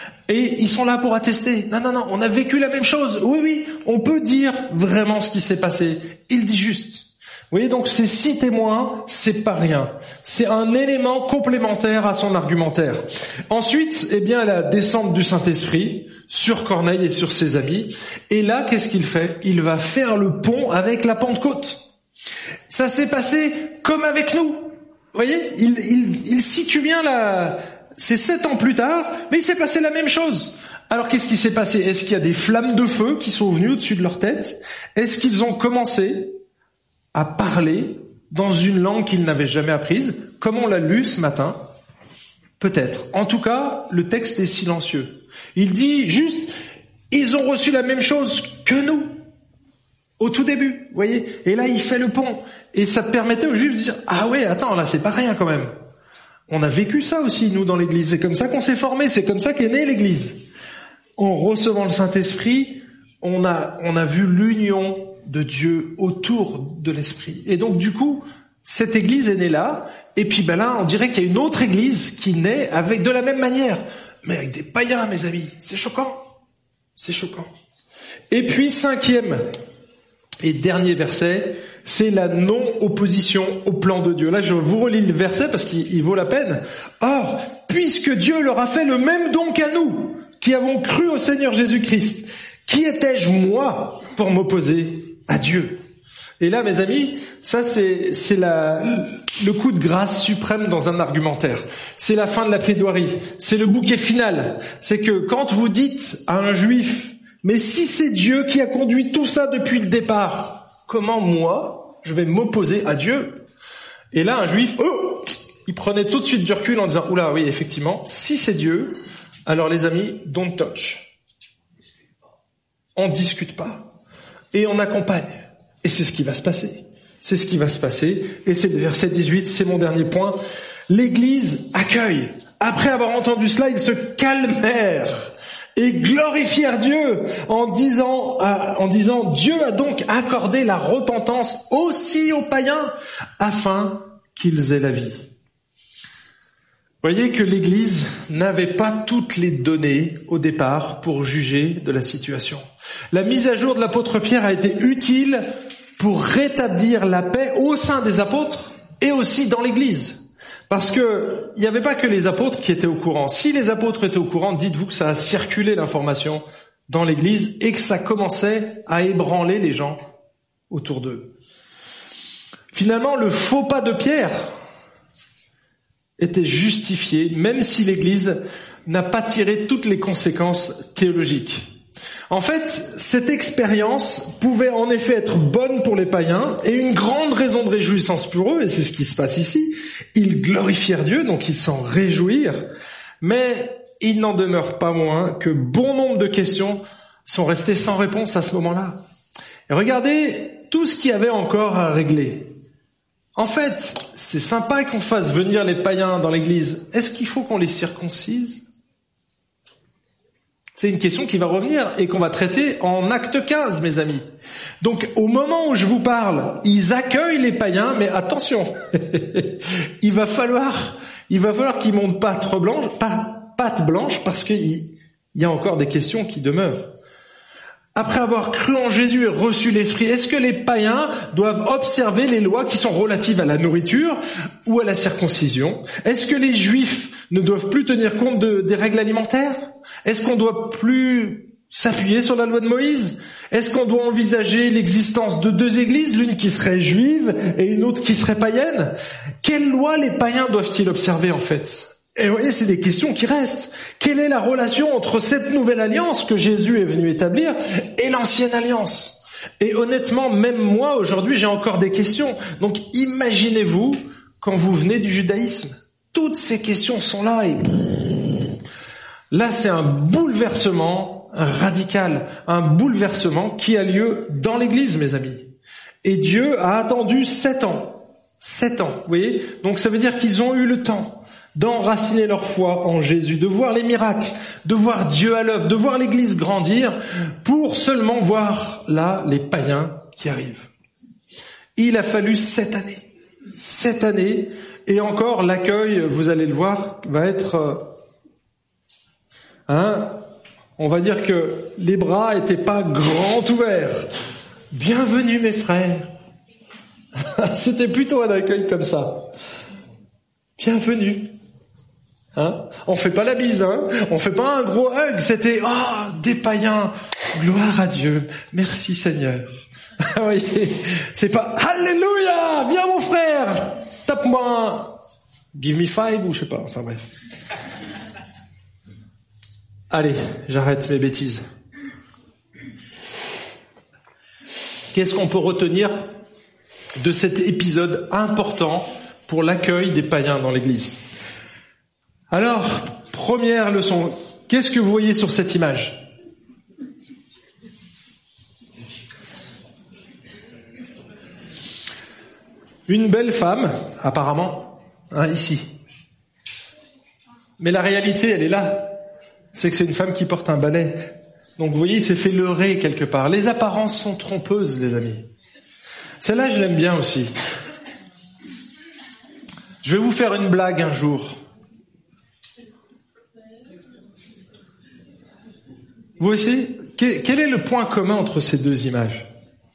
Et ils sont là pour attester. Non, non, non, on a vécu la même chose. Oui, oui, on peut dire vraiment ce qui s'est passé. Il dit juste. Vous voyez, donc ces six témoins, c'est pas rien. C'est un élément complémentaire à son argumentaire. Ensuite, eh bien, la descente du Saint-Esprit sur Corneille et sur ses amis. Et là, qu'est-ce qu'il fait? Il va faire le pont avec la Pentecôte. Ça s'est passé comme avec nous. Vous voyez, il, il, il situe bien la... C'est sept ans plus tard, mais il s'est passé la même chose. Alors qu'est-ce qui s'est passé? Est-ce qu'il y a des flammes de feu qui sont venues au-dessus de leur tête? Est-ce qu'ils ont commencé à parler dans une langue qu'ils n'avaient jamais apprise, comme on l'a lu ce matin? Peut-être. En tout cas, le texte est silencieux. Il dit juste, ils ont reçu la même chose que nous. Au tout début, vous voyez, et là il fait le pont, et ça permettait aux Juifs de dire ah ouais, attends, là c'est pas rien quand même. On a vécu ça aussi nous dans l'Église, c'est comme ça qu'on s'est formé, c'est comme ça qu'est née l'Église. En recevant le Saint-Esprit, on a on a vu l'union de Dieu autour de l'Esprit, et donc du coup cette Église est née là, Et puis ben là, on dirait qu'il y a une autre église qui naît avec de la même manière, mais avec des païens, mes amis. C'est choquant. C'est choquant. Et puis cinquième et dernier verset, c'est la non-opposition au plan de Dieu. Là, je vous relis le verset parce qu'il il vaut la peine. Or, puisque Dieu leur a fait le même don qu'à nous, qui avons cru au Seigneur Jésus-Christ, qui étais-je moi pour m'opposer à Dieu? Et là, mes amis, ça c'est c'est la le coup de grâce suprême dans un argumentaire. C'est la fin de la plaidoirie. C'est le bouquet final. C'est que quand vous dites à un juif, mais si c'est Dieu qui a conduit tout ça depuis le départ, comment moi je vais m'opposer à Dieu? Et là, un juif, oh, il prenait tout de suite du recul en disant, oula, oui, effectivement, si c'est Dieu, alors les amis, don't touch. On discute pas et on accompagne. Et c'est ce qui va se passer. C'est ce qui va se passer. Et c'est le verset dix-huit, c'est mon dernier point. L'Église accueille. Après avoir entendu cela, ils se calmèrent et glorifièrent Dieu en disant, en disant, Dieu a donc accordé la repentance aussi aux païens afin qu'ils aient la vie. Voyez que l'Église n'avait pas toutes les données au départ pour juger de la situation. La mise à jour de l'apôtre Pierre a été utile pour rétablir la paix au sein des apôtres et aussi dans l'Église. Parce que il n'y avait pas que les apôtres qui étaient au courant. Si les apôtres étaient au courant, dites-vous que ça a circulé l'information dans l'Église et que ça commençait à ébranler les gens autour d'eux. Finalement, le faux pas de Pierre était justifié, même si l'Église n'a pas tiré toutes les conséquences théologiques. En fait, cette expérience pouvait en effet être bonne pour les païens et une grande raison de réjouissance pour eux, et c'est ce qui se passe ici. Ils glorifièrent Dieu, donc ils s'en réjouirent, mais il n'en demeure pas moins que bon nombre de questions sont restées sans réponse à ce moment-là. Et regardez tout ce qu'il y avait encore à régler. En fait, c'est sympa qu'on fasse venir les païens dans l'église. Est-ce qu'il faut qu'on les circoncise ? C'est une question qui va revenir et qu'on va traiter en acte quinze, mes amis. Donc, au moment où je vous parle, ils accueillent les païens, mais attention, il va falloir, il va falloir qu'ils montent patte blanche, pas patte blanche, parce qu'il il y a encore des questions qui demeurent. Après avoir cru en Jésus et reçu l'Esprit, est-ce que les païens doivent observer les lois qui sont relatives à la nourriture ou à la circoncision? Est-ce que les Juifs ne doivent plus tenir compte de, des règles alimentaires? Est-ce qu'on doit plus s'appuyer sur la loi de Moïse? Est-ce qu'on doit envisager l'existence de deux églises, l'une qui serait juive et une autre qui serait païenne? Quelles lois les païens doivent-ils observer en fait? Et vous voyez, c'est des questions qui restent. Quelle est la relation entre cette nouvelle alliance que Jésus est venu établir et l'ancienne alliance? Et honnêtement, même moi, aujourd'hui, j'ai encore des questions. Donc, imaginez-vous quand vous venez du judaïsme. Toutes ces questions sont là et là, c'est un bouleversement radical, un bouleversement qui a lieu dans l'Église, mes amis. Et Dieu a attendu sept ans. Sept ans, vous voyez? Donc, ça veut dire qu'ils ont eu le temps d'enraciner leur foi en Jésus, de voir les miracles, de voir Dieu à l'œuvre, de voir l'Église grandir, pour seulement voir là les païens qui arrivent. Il a fallu sept années. Sept années, et encore l'accueil, vous allez le voir, va être... Euh, hein, on va dire que les bras étaient pas grands ouverts. Bienvenue mes frères. C'était plutôt un accueil comme ça. Bienvenue. Hein? On fait pas la bise, hein? On fait pas un gros hug. C'était oh des païens, gloire à Dieu, merci Seigneur. Vous voyez, c'est pas Alléluia, viens mon frère, tape-moi un give me five ou je sais pas. Enfin bref. Allez, j'arrête mes bêtises. Qu'est-ce qu'on peut retenir de cet épisode important pour l'accueil des païens dans l'Église? Alors, première leçon, qu'est-ce que vous voyez sur cette image? Une belle femme, apparemment, hein, ici. Mais la réalité, elle est là. C'est que c'est une femme qui porte un balai. Donc vous voyez, il s'est fait leurrer quelque part. Les apparences sont trompeuses, les amis. Celle-là, je l'aime bien aussi. Je vais vous faire une blague un jour. Vous aussi, quel est le point commun entre ces deux images ?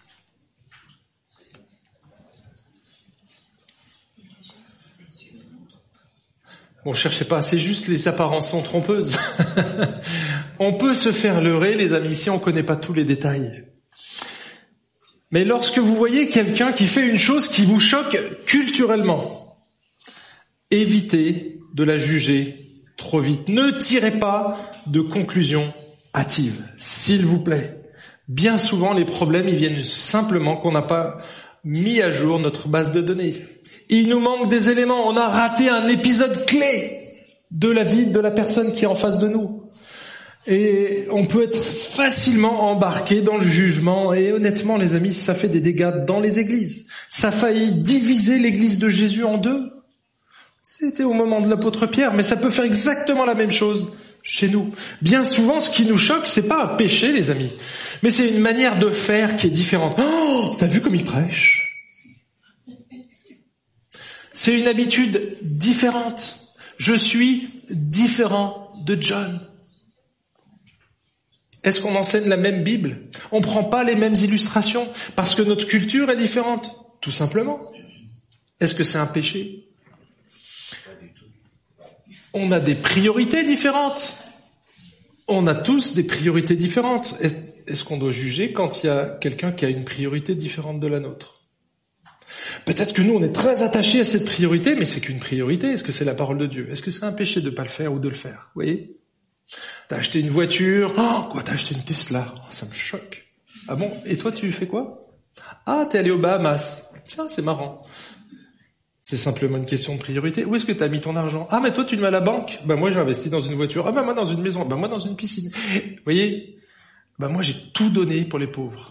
Bon, cherchez pas, c'est juste les apparences sont trompeuses. On peut se faire leurrer, les amis, si on connaît pas tous les détails. Mais lorsque vous voyez quelqu'un qui fait une chose qui vous choque culturellement, évitez de la juger trop vite. Ne tirez pas de conclusions hâtives, s'il vous plaît. Bien souvent, les problèmes, ils viennent simplement qu'on n'a pas mis à jour notre base de données. Il nous manque des éléments. On a raté un épisode clé de la vie de la personne qui est en face de nous. Et on peut être facilement embarqué dans le jugement. Et honnêtement, les amis, ça fait des dégâts dans les églises. Ça a failli diviser l'église de Jésus en deux. C'était au moment de l'apôtre Pierre, mais ça peut faire exactement la même chose chez nous. Bien souvent, ce qui nous choque, c'est pas un péché, les amis, mais c'est une manière de faire qui est différente. Oh, t'as vu comme il prêche ? C'est une habitude différente. Je suis différent de John. Est-ce qu'on enseigne la même Bible ? On prend pas les mêmes illustrations parce que notre culture est différente, tout simplement. Est-ce que c'est un péché ? On a des priorités différentes. On a tous des priorités différentes. Est-ce qu'on doit juger quand il y a quelqu'un qui a une priorité différente de la nôtre ? Peut-être que nous, on est très attachés à cette priorité, mais c'est qu'une priorité. Est-ce que c'est la parole de Dieu ? Est-ce que c'est un péché de ne pas le faire ou de le faire ? Vous voyez ? T'as acheté une voiture. Oh, quoi, t'as acheté une Tesla ? Oh, ça me choque. Ah bon ? Et toi, tu fais quoi ? Ah, t'es allé aux Bahamas. Tiens, c'est marrant. C'est simplement une question de priorité. Où est-ce que tu as mis ton argent ? Ah, mais toi, tu le mets à la banque ? Ben, moi, j'ai investi dans une voiture. Ah, ben, moi, dans une maison. Ben, moi, dans une piscine. Vous voyez ? Ben, moi, j'ai tout donné pour les pauvres.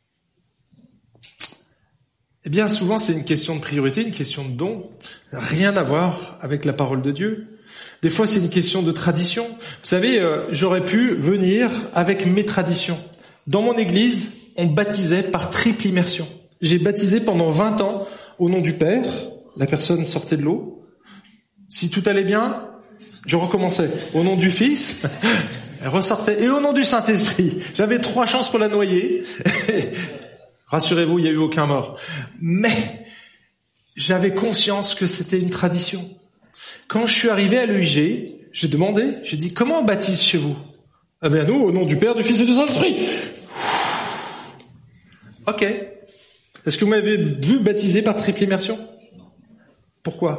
Eh bien, souvent, c'est une question de priorité, une question de don. Rien à voir avec la parole de Dieu. Des fois, c'est une question de tradition. Vous savez, euh, j'aurais pu venir avec mes traditions. Dans mon église, on baptisait par triple immersion. J'ai baptisé pendant vingt ans au nom du Père. La personne sortait de l'eau. Si tout allait bien, je recommençais. Au nom du Fils, elle ressortait. Et au nom du Saint-Esprit, j'avais trois chances pour la noyer. Rassurez-vous, il n'y a eu aucun mort. Mais j'avais conscience que c'était une tradition. Quand je suis arrivé à l'E I G, j'ai demandé, j'ai dit, comment on baptise chez vous ? Ah ben nous, au nom du Père, du Fils et du Saint-Esprit. Ok. Est-ce que vous m'avez vu baptiser par triple immersion ? Pourquoi ?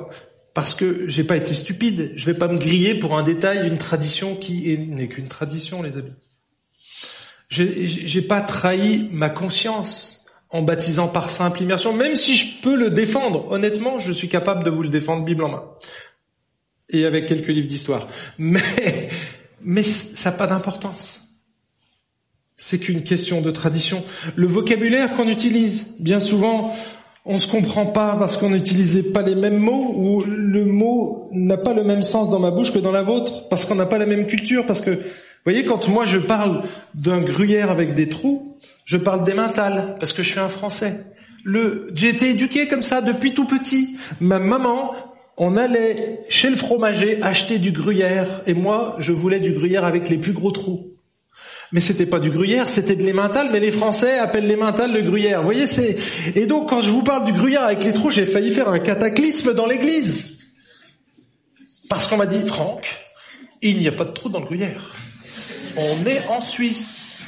Parce que j'ai pas été stupide. Je vais pas me griller pour un détail, une tradition qui est, n'est qu'une tradition, les amis. J'ai, j'ai pas trahi ma conscience en baptisant par simple immersion, même si je peux le défendre. Honnêtement, je suis capable de vous le défendre Bible en main. Et avec quelques livres d'histoire. Mais, mais ça n'a pas d'importance. C'est qu'une question de tradition. Le vocabulaire qu'on utilise, bien souvent, on se comprend pas parce qu'on n'utilisait pas les mêmes mots, ou le mot n'a pas le même sens dans ma bouche que dans la vôtre, parce qu'on n'a pas la même culture, parce que, vous voyez, quand moi je parle d'un gruyère avec des trous, je parle d'emmental, parce que je suis un Français. Le, j'ai été éduqué comme ça depuis tout petit. Ma maman, on allait chez le fromager acheter du gruyère, et moi, je voulais du gruyère avec les plus gros trous. Mais c'était pas du gruyère, c'était de l'emmental, mais les Français appellent l'emmental le gruyère. Vous voyez, c'est, et donc quand je vous parle du gruyère avec les trous, j'ai failli faire un cataclysme dans l'église. Parce qu'on m'a dit, Franck, il n'y a pas de trou dans le gruyère. On est en Suisse.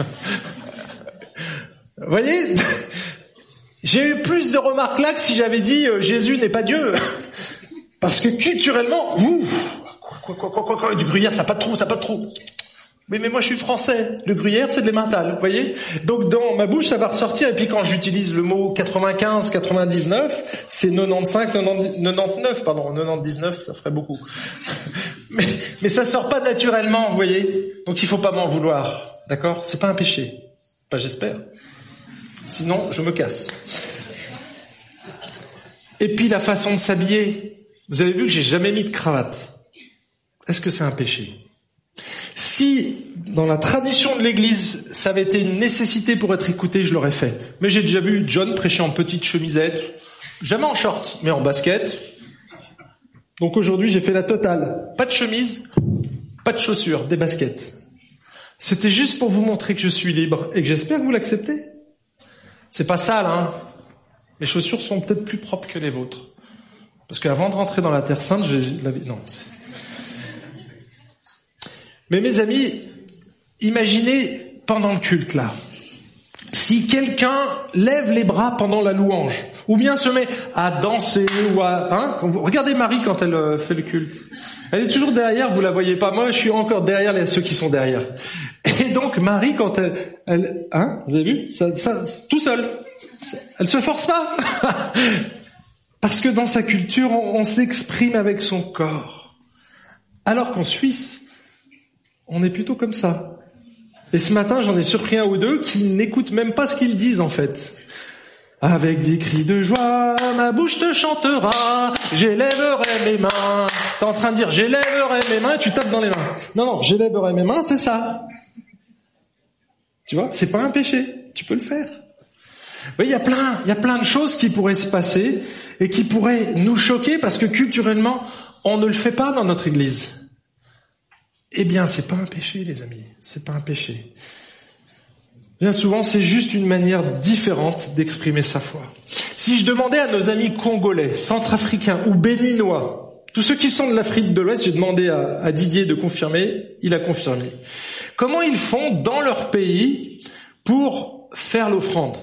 Vous voyez, j'ai eu plus de remarques là que si j'avais dit euh, Jésus n'est pas Dieu. Parce que culturellement, ouf, quoi, quoi, quoi, quoi, quoi, du gruyère, ça n'a pas de trou, ça n'a pas de trou. Oui, mais moi je suis français. Le gruyère, c'est de l'emmental, vous voyez. Donc dans ma bouche, ça va ressortir. Et puis quand j'utilise le mot quatre-vingt-quinze, quatre-vingt-dix-neuf, c'est quatre-vingt-quinze, quatre-vingt-dix-neuf, pardon, quatre-vingt-dix-neuf, ça ferait beaucoup. Mais, mais ça sort pas naturellement, vous voyez. Donc il faut pas m'en vouloir, d'accord ? C'est pas un péché. Enfin, j'espère. Sinon, je me casse. Et puis la façon de s'habiller. Vous avez vu que j'ai jamais mis de cravate. Est-ce que c'est un péché ? Si, dans la tradition de l'église, ça avait été une nécessité pour être écouté, je l'aurais fait. Mais j'ai déjà vu John prêcher en petite chemisette, jamais en short, mais en basket. Donc aujourd'hui, j'ai fait la totale. Pas de chemise, pas de chaussures, des baskets. C'était juste pour vous montrer que je suis libre et que j'espère que vous l'acceptez. C'est pas sale, hein. Mes chaussures sont peut-être plus propres que les vôtres. Parce qu'avant de rentrer dans la Terre Sainte, j'ai lavé... Non. Mais mes amis, imaginez pendant le culte, là, si quelqu'un lève les bras pendant la louange, ou bien se met à danser, ou à... Hein, regardez Marie quand elle euh, fait le culte. Elle est toujours derrière, vous la voyez pas. Moi, je suis encore derrière les, ceux qui sont derrière. Et donc, Marie, quand elle... elle hein, vous avez vu ça, ça, tout seul. Elle se force pas. Parce que dans sa culture, on, on s'exprime avec son corps. Alors qu'en Suisse, on est plutôt comme ça. Et ce matin, j'en ai surpris un ou deux qui n'écoutent même pas ce qu'ils disent, en fait. Avec des cris de joie, ma bouche te chantera, j'élèverai mes mains. T'es en train de dire, j'élèverai mes mains, et tu tapes dans les mains. Non, non, j'élèverai mes mains, c'est ça. Tu vois, c'est pas un péché, tu peux le faire. Oui, il y a plein, il y a plein de choses qui pourraient se passer et qui pourraient nous choquer parce que culturellement, on ne le fait pas dans notre église. Eh bien, c'est pas un péché, les amis, c'est pas un péché. Bien souvent, c'est juste une manière différente d'exprimer sa foi. Si je demandais à nos amis congolais, centrafricains ou béninois, tous ceux qui sont de l'Afrique de l'Ouest, j'ai demandé à, à Didier de confirmer, il a confirmé. Comment ils font dans leur pays pour faire l'offrande?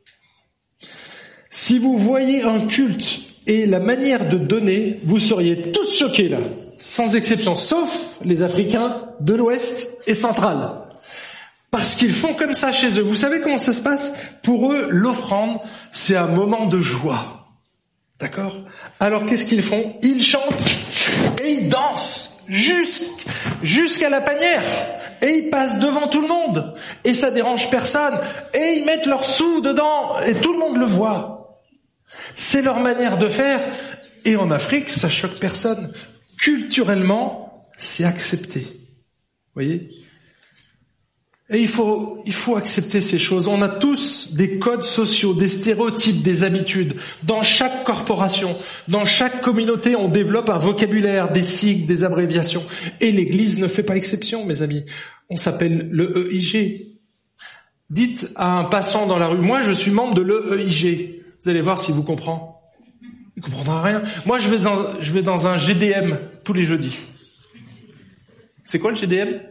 Si vous voyez un culte et la manière de donner, vous seriez tous choqués là, sans exception, sauf les Africains de l'Ouest et central. Parce qu'ils font comme ça chez eux. Vous savez comment ça se passe? Pour eux, l'offrande, c'est un moment de joie. D'accord? Alors qu'est-ce qu'ils font? Ils chantent et ils dansent jusqu'à la panière. Et ils passent devant tout le monde. Et ça dérange personne. Et ils mettent leurs sous dedans. Et tout le monde le voit. C'est leur manière de faire. Et en Afrique, ça choque personne. Culturellement, c'est accepté. Vous voyez? Et il faut, il faut accepter ces choses. On a tous des codes sociaux, des stéréotypes, des habitudes. Dans chaque corporation, dans chaque communauté, on développe un vocabulaire, des sigles, des abréviations. Et l'Église ne fait pas exception, mes amis. On s'appelle le E I G. Dites à un passant dans la rue, moi je suis membre de l'E E I G. Vous allez voir s'il vous comprend. Il comprendra rien. Moi je vais, en, je vais dans un G D M tous les jeudis. C'est quoi le G D M?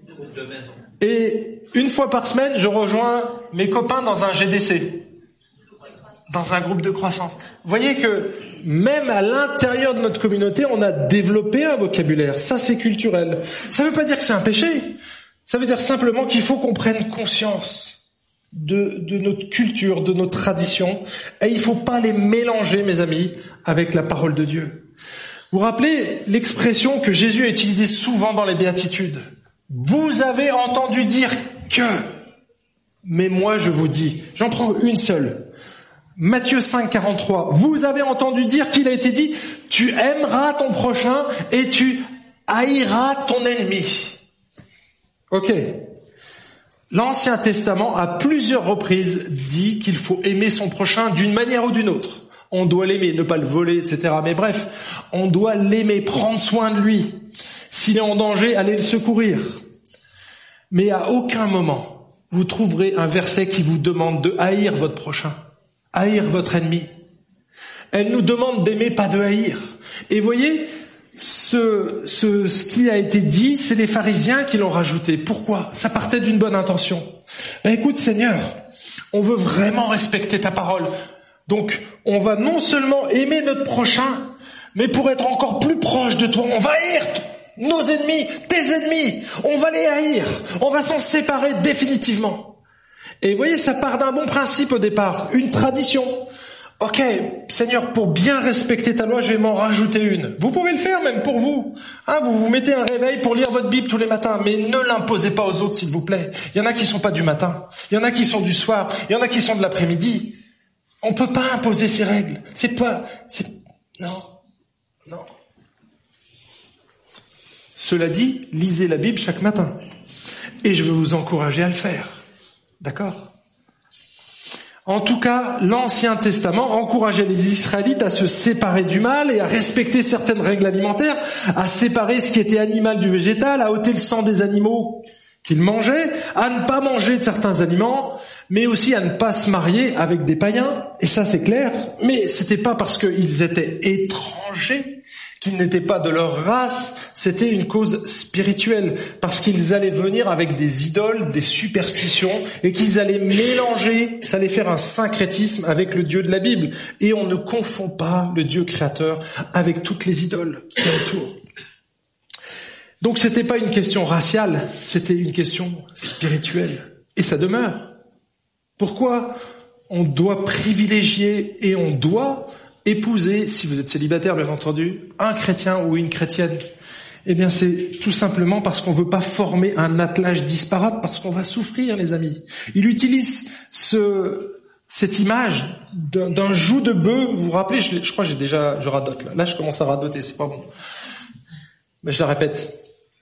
Et une fois par semaine, je rejoins mes copains dans un G D C, dans un groupe de croissance. Vous voyez que même à l'intérieur de notre communauté, on a développé un vocabulaire. Ça, c'est culturel. Ça ne veut pas dire que c'est un péché. Ça veut dire simplement qu'il faut qu'on prenne conscience de, de notre culture, de nos traditions. Et il ne faut pas les mélanger, mes amis, avec la parole de Dieu. Vous vous rappelez l'expression que Jésus a utilisée souvent dans les béatitudes? Vous avez entendu dire que, mais moi je vous dis, j'en prends une seule. Matthieu cinq, quarante-trois. Vous avez entendu dire qu'il a été dit, tu aimeras ton prochain et tu haïras ton ennemi. Ok. L'Ancien Testament, à plusieurs reprises, dit qu'il faut aimer son prochain d'une manière ou d'une autre. On doit l'aimer, ne pas le voler, et cetera. Mais bref, on doit l'aimer, prendre soin de lui. S'il est en danger, allez le secourir. Mais à aucun moment, vous trouverez un verset qui vous demande de haïr votre prochain, haïr votre ennemi. Elle nous demande d'aimer, pas de haïr. Et voyez, ce, ce, ce qui a été dit, c'est les pharisiens qui l'ont rajouté. Pourquoi? Ça partait d'une bonne intention. Ben écoute Seigneur, on veut vraiment respecter ta parole. Donc, on va non seulement aimer notre prochain, mais pour être encore plus proche de toi, on va haïr nos ennemis, tes ennemis. On va les haïr. On va s'en séparer définitivement. Et vous voyez, ça part d'un bon principe au départ, une tradition. Ok, Seigneur, pour bien respecter ta loi, je vais m'en rajouter une. Vous pouvez le faire même pour vous. Hein, vous vous mettez un réveil pour lire votre Bible tous les matins, mais ne l'imposez pas aux autres, s'il vous plaît. Il y en a qui sont pas du matin. Il y en a qui sont du soir. Il y en a qui sont de l'après-midi. On peut pas imposer ces règles. C'est pas... c'est Non. Non. Cela dit, lisez la Bible chaque matin. Et je veux vous encourager à le faire. D'accord? En tout cas, l'Ancien Testament encourageait les Israélites à se séparer du mal et à respecter certaines règles alimentaires, à séparer ce qui était animal du végétal, à ôter le sang des animaux qu'ils mangeaient, à ne pas manger de certains aliments, mais aussi à ne pas se marier avec des païens. Et ça, c'est clair. Mais c'était pas parce qu'ils étaient étrangers, qu'ils n'étaient pas de leur race, c'était une cause spirituelle, parce qu'ils allaient venir avec des idoles, des superstitions, et qu'ils allaient mélanger, ça allait faire un syncrétisme avec le Dieu de la Bible. Et on ne confond pas le Dieu créateur avec toutes les idoles qui entourent. Donc c'était pas une question raciale, c'était une question spirituelle. Et ça demeure. Pourquoi on doit privilégier et on doit épouser, si vous êtes célibataire bien entendu, un chrétien ou une chrétienne? Eh bien c'est tout simplement parce qu'on veut pas former un attelage disparate, parce qu'on va souffrir, les amis. Il utilise ce, cette image d'un, d'un joug de bœuf. Vous vous rappelez, je, je crois que j'ai déjà, je radote là. Là je commence à radoter, c'est pas bon. Mais je la répète.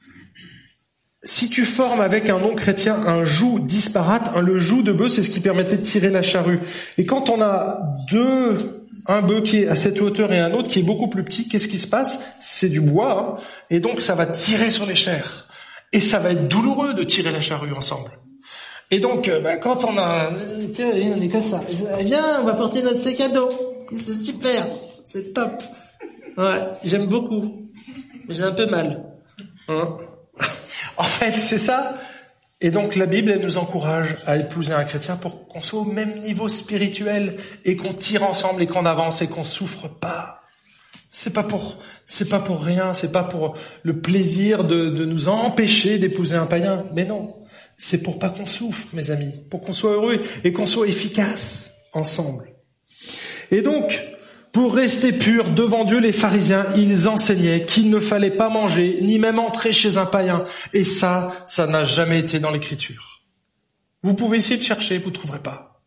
Si tu formes avec un non-chrétien un joug disparate, un, le joug de bœuf, c'est ce qui permettait de tirer la charrue. Et quand on a deux, un bœuf qui est à cette hauteur et un autre qui est beaucoup plus petit, qu'est-ce qui se passe? C'est du bois, hein, et donc ça va tirer sur les chairs. Et ça va être douloureux de tirer la charrue ensemble. Et donc, bah, quand on a... Tiens, on est comme ça. Viens, on va porter notre sac à dos. C'est super, c'est top. Ouais, j'aime beaucoup. Mais j'ai un peu mal. Hein? En fait, c'est ça. Et donc la Bible, elle nous encourage à épouser un chrétien pour qu'on soit au même niveau spirituel et qu'on tire ensemble et qu'on avance et qu'on souffre pas. C'est pas pour, c'est pas pour rien, c'est pas pour le plaisir de, de nous empêcher d'épouser un païen. Mais non, c'est pour pas qu'on souffre, mes amis, pour qu'on soit heureux et qu'on soit efficace ensemble. Et donc, pour rester purs devant Dieu, les pharisiens, ils enseignaient qu'il ne fallait pas manger, ni même entrer chez un païen. Et ça, ça n'a jamais été dans l'Écriture. Vous pouvez essayer de chercher, vous ne trouverez pas.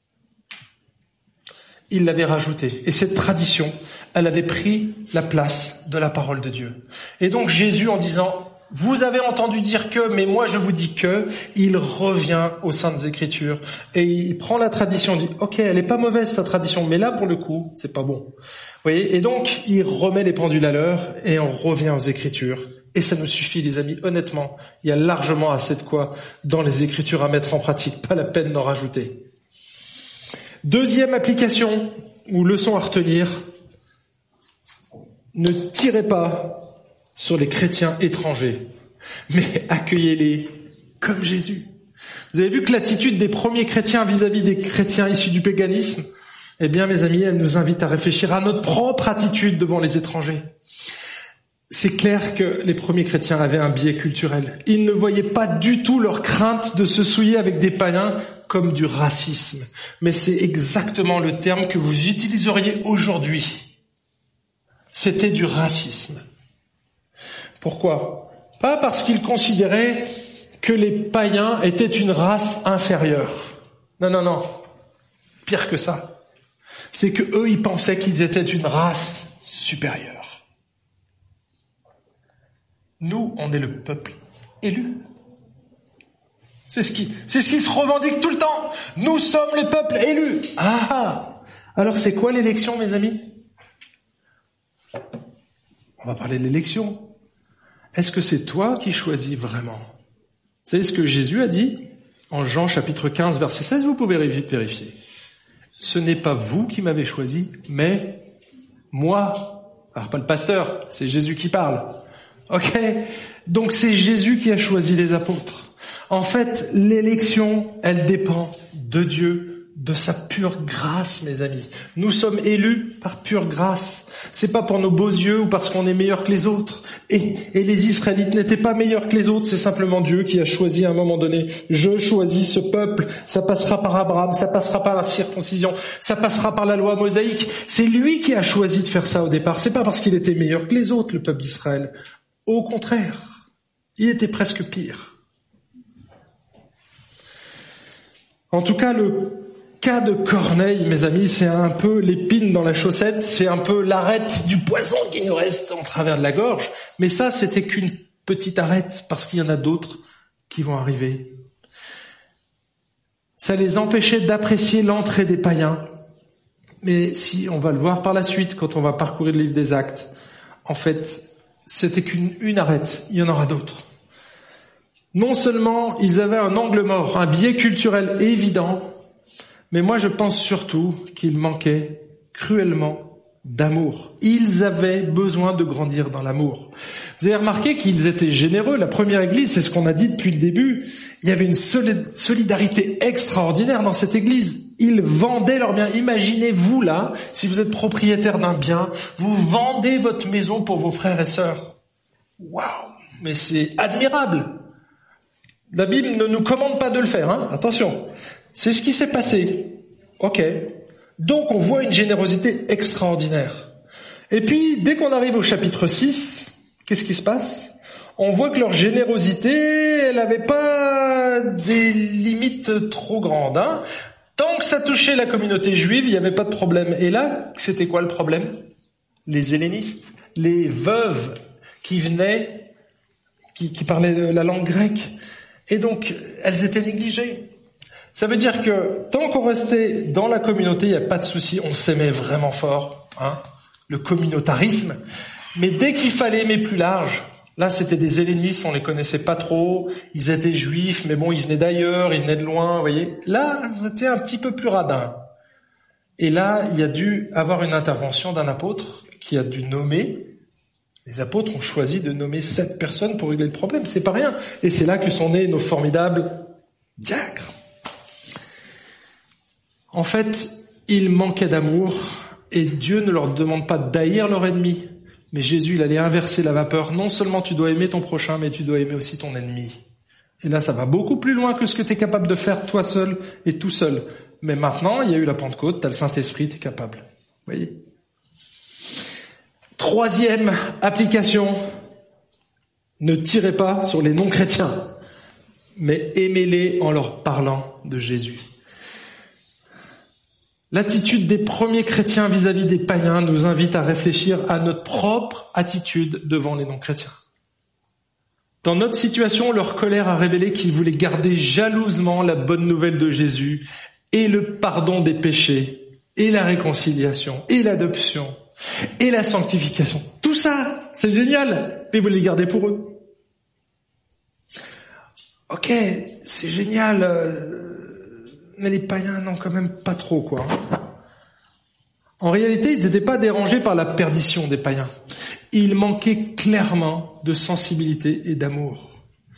Ils l'avaient rajouté. Et cette tradition, elle avait pris la place de la parole de Dieu. Et donc Jésus, en disant... Vous avez entendu dire que, mais moi je vous dis que, il revient aux Saintes Écritures et il prend la tradition, dit ok, elle est pas mauvaise ta tradition, mais là pour le coup, c'est pas bon. Vous voyez, et donc il remet les pendules à l'heure et on revient aux Écritures. Et ça nous suffit, les amis, honnêtement, il y a largement assez de quoi dans les Écritures à mettre en pratique, pas la peine d'en rajouter. Deuxième application ou leçon à retenir, ne tirez pas sur les chrétiens étrangers, mais accueillez-les comme Jésus. Vous avez vu que l'attitude des premiers chrétiens vis-à-vis des chrétiens issus du paganisme, eh bien, mes amis, elle nous invite à réfléchir à notre propre attitude devant les étrangers. C'est clair que les premiers chrétiens avaient un biais culturel. Ils ne voyaient pas du tout leur crainte de se souiller avec des païens comme du racisme. Mais c'est exactement le terme que vous utiliseriez aujourd'hui. C'était du racisme. Pourquoi? Pas parce qu'ils considéraient que les païens étaient une race inférieure. Non, non, non. Pire que ça. C'est que eux, ils pensaient qu'ils étaient une race supérieure. Nous, on est le peuple élu. C'est ce qui, c'est ce qui se revendique tout le temps. Nous sommes le peuple élu. Ah! Alors c'est quoi l'élection, mes amis? On va parler de l'élection. Est-ce que c'est toi qui choisis vraiment? Vous savez ce que Jésus a dit en Jean chapitre quinze verset seize? Vous pouvez vite vérifier. Ce n'est pas vous qui m'avez choisi, mais moi. Alors pas le pasteur, c'est Jésus qui parle. Ok? Donc c'est Jésus qui a choisi les apôtres. En fait, l'élection, elle dépend de Dieu, de sa pure grâce, mes amis. Nous sommes élus par pure grâce. C'est pas pour nos beaux yeux ou parce qu'on est meilleur que les autres. Et, et les Israélites n'étaient pas meilleurs que les autres, c'est simplement Dieu qui a choisi à un moment donné. Je choisis ce peuple, ça passera par Abraham, ça passera par la circoncision, ça passera par la loi mosaïque. C'est lui qui a choisi de faire ça au départ. C'est pas parce qu'il était meilleur que les autres, le peuple d'Israël. Au contraire, il était presque pire. En tout cas, le cas de Corneille, mes amis, c'est un peu l'épine dans la chaussette, c'est un peu l'arête du poison qui nous reste en travers de la gorge. Mais ça, c'était qu'une petite arête, parce qu'il y en a d'autres qui vont arriver. Ça les empêchait d'apprécier l'entrée des païens. Mais si, on va le voir par la suite quand on va parcourir le livre des Actes, en fait, c'était qu'une une arête, il y en aura d'autres. Non seulement ils avaient un angle mort, un biais culturel évident, mais moi je pense surtout qu'ils manquaient cruellement d'amour. Ils avaient besoin de grandir dans l'amour. Vous avez remarqué qu'ils étaient généreux. La première église, c'est ce qu'on a dit depuis le début, il y avait une solidarité extraordinaire dans cette église. Ils vendaient leurs biens. Imaginez-vous là, si vous êtes propriétaire d'un bien, vous vendez votre maison pour vos frères et sœurs. Waouh, mais c'est admirable. La Bible ne nous commande pas de le faire, hein. Attention. C'est ce qui s'est passé. Ok. Donc on voit une générosité extraordinaire. Et puis, dès qu'on arrive au chapitre six, qu'est-ce qui se passe? On voit que leur générosité, elle n'avait pas des limites trop grandes, hein. Tant que ça touchait la communauté juive, il n'y avait pas de problème. Et là, c'était quoi le problème? Les hellénistes, les veuves qui venaient, qui, qui parlaient la langue grecque. Et donc, elles étaient négligées. Ça veut dire que tant qu'on restait dans la communauté, il n'y a pas de souci, on s'aimait vraiment fort, hein, le communautarisme. Mais dès qu'il fallait aimer plus large, là c'était des hellénistes, on les connaissait pas trop, ils étaient juifs, mais bon, ils venaient d'ailleurs, ils venaient de loin, vous voyez. Là, c'était un petit peu plus radin. Et là, il y a dû avoir une intervention d'un apôtre qui a dû nommer. Les apôtres ont choisi de nommer sept personnes pour régler le problème, c'est pas rien. Et c'est là que sont nés nos formidables diacres. En fait, ils manquaient d'amour et Dieu ne leur demande pas d'haïr leur ennemi. Mais Jésus, il allait inverser la vapeur. Non seulement tu dois aimer ton prochain, mais tu dois aimer aussi ton ennemi. Et là, ça va beaucoup plus loin que ce que tu es capable de faire toi seul et tout seul. Mais maintenant, il y a eu la Pentecôte, tu as le Saint-Esprit, tu es capable. Vous voyez ? Troisième application. Ne tirez pas sur les non-chrétiens, mais aimez-les en leur parlant de Jésus. L'attitude des premiers chrétiens vis-à-vis des païens nous invite à réfléchir à notre propre attitude devant les non-chrétiens. Dans notre situation, leur colère a révélé qu'ils voulaient garder jalousement la bonne nouvelle de Jésus et le pardon des péchés, et la réconciliation, et l'adoption, et la sanctification. Tout ça, c'est génial, mais vous les gardez pour eux. Ok, c'est génial, euh, mais les païens, non, quand même pas trop, quoi. En réalité, ils n'étaient pas dérangés par la perdition des païens. Ils manquaient clairement de sensibilité et d'amour.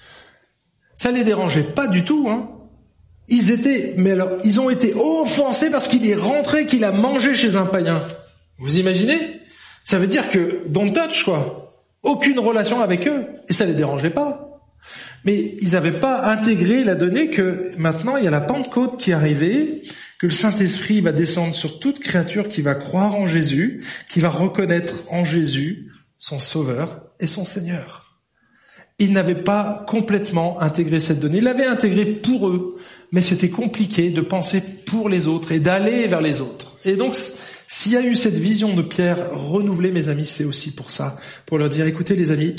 Ça les dérangeait pas du tout, hein. Ils étaient, mais alors, ils ont été offensés parce qu'il est rentré, qu'il a mangé chez un païen. Vous imaginez? Ça veut dire que, don't touch, quoi. Aucune relation avec eux. Et ça les dérangeait pas. Mais ils n'avaient pas intégré la donnée que maintenant il y a la Pentecôte qui est arrivée, que le Saint-Esprit va descendre sur toute créature qui va croire en Jésus, qui va reconnaître en Jésus son Sauveur et son Seigneur. Ils n'avaient pas complètement intégré cette donnée. Ils l'avaient intégrée pour eux, mais c'était compliqué de penser pour les autres et d'aller vers les autres. Et donc, s'il y a eu cette vision de Pierre renouvelée, mes amis, c'est aussi pour ça, pour leur dire, écoutez les amis,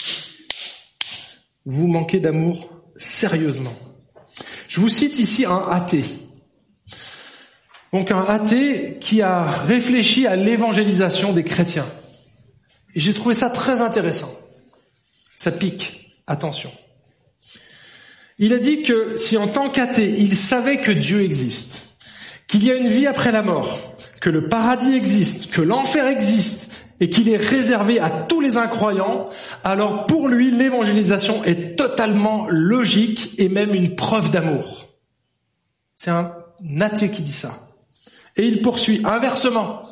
vous manquez d'amour sérieusement. Je vous cite ici un athée. Donc un athée qui a réfléchi à l'évangélisation des chrétiens. Et j'ai trouvé ça très intéressant. Ça pique. Attention. Il a dit que si en tant qu'athée, il savait que Dieu existe, qu'il y a une vie après la mort, que le paradis existe, que l'enfer existe, et qu'il est réservé à tous les incroyants, alors pour lui, l'évangélisation est totalement logique et même une preuve d'amour. C'est un athée qui dit ça. Et il poursuit inversement.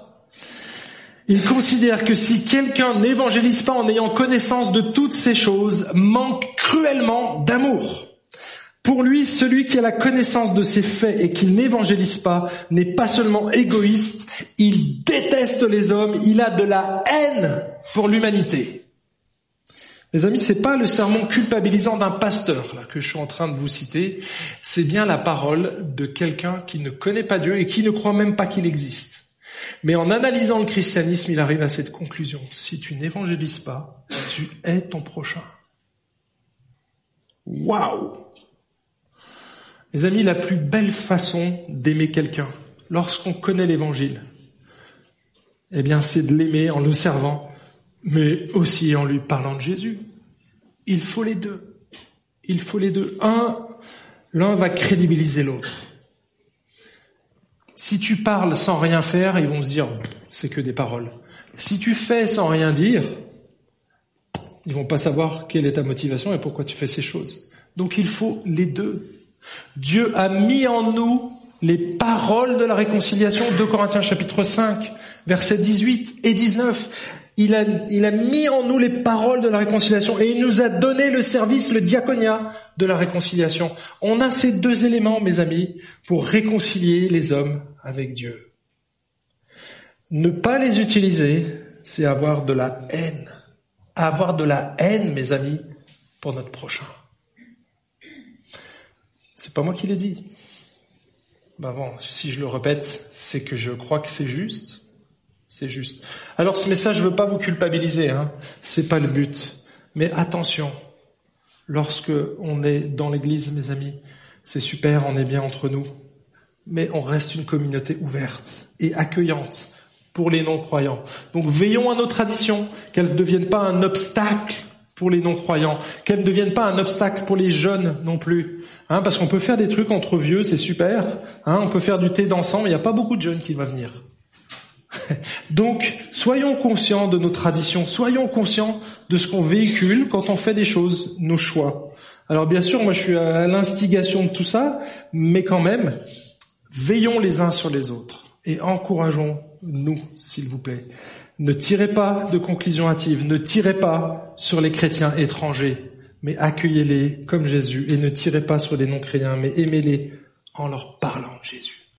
Il considère que si quelqu'un n'évangélise pas en ayant connaissance de toutes ces choses, manque cruellement d'amour. Pour lui, celui qui a la connaissance de ces faits et qui n'évangélise pas n'est pas seulement égoïste, il déteste les hommes, il a de la haine pour l'humanité. Mes amis, c'est pas le sermon culpabilisant d'un pasteur là que je suis en train de vous citer, c'est bien la parole de quelqu'un qui ne connaît pas Dieu et qui ne croit même pas qu'il existe. Mais en analysant le christianisme, il arrive à cette conclusion. Si tu n'évangélises pas, tu hais ton prochain. Waouh! Mes amis, la plus belle façon d'aimer quelqu'un, lorsqu'on connaît l'évangile, eh bien, c'est de l'aimer en le servant, mais aussi en lui parlant de Jésus. Il faut les deux. Il faut les deux. Un, l'un va crédibiliser l'autre. Si tu parles sans rien faire, ils vont se dire, c'est que des paroles. Si tu fais sans rien dire, ils vont pas savoir quelle est ta motivation et pourquoi tu fais ces choses. Donc il faut les deux. Dieu a mis en nous les paroles de la réconciliation, deux Corinthiens chapitre cinq, versets dix-huit et dix-neuf. Il a, il a mis en nous les paroles de la réconciliation et il nous a donné le service, le diaconia de la réconciliation. On a ces deux éléments, mes amis, pour réconcilier les hommes avec Dieu. Ne pas les utiliser, c'est avoir de la haine. Avoir de la haine, mes amis, pour notre prochain. C'est pas moi qui l'ai dit. Ben bon, si je le répète, c'est que je crois que c'est juste. C'est juste. Alors ce message, je veux pas vous culpabiliser, hein. C'est pas le but. Mais attention, lorsque on est dans l'église, mes amis, c'est super, on est bien entre nous. Mais on reste une communauté ouverte et accueillante pour les non-croyants. Donc veillons à nos traditions, qu'elles ne deviennent pas un obstacle pour les non-croyants, qu'elles ne deviennent pas un obstacle pour les jeunes non plus. Hein, parce qu'on peut faire des trucs entre vieux, c'est super. Hein, on peut faire du thé dansant, mais il n'y a pas beaucoup de jeunes qui vont venir. Donc, soyons conscients de nos traditions, soyons conscients de ce qu'on véhicule quand on fait des choses, nos choix. Alors bien sûr, moi je suis à l'instigation de tout ça, mais quand même, veillons les uns sur les autres et encourageons-nous, s'il vous plaît. Ne tirez pas de conclusions hâtives, ne tirez pas sur les chrétiens étrangers, mais accueillez-les comme Jésus et ne tirez pas sur les non-chrétiens, mais aimez-les en leur parlant de Jésus.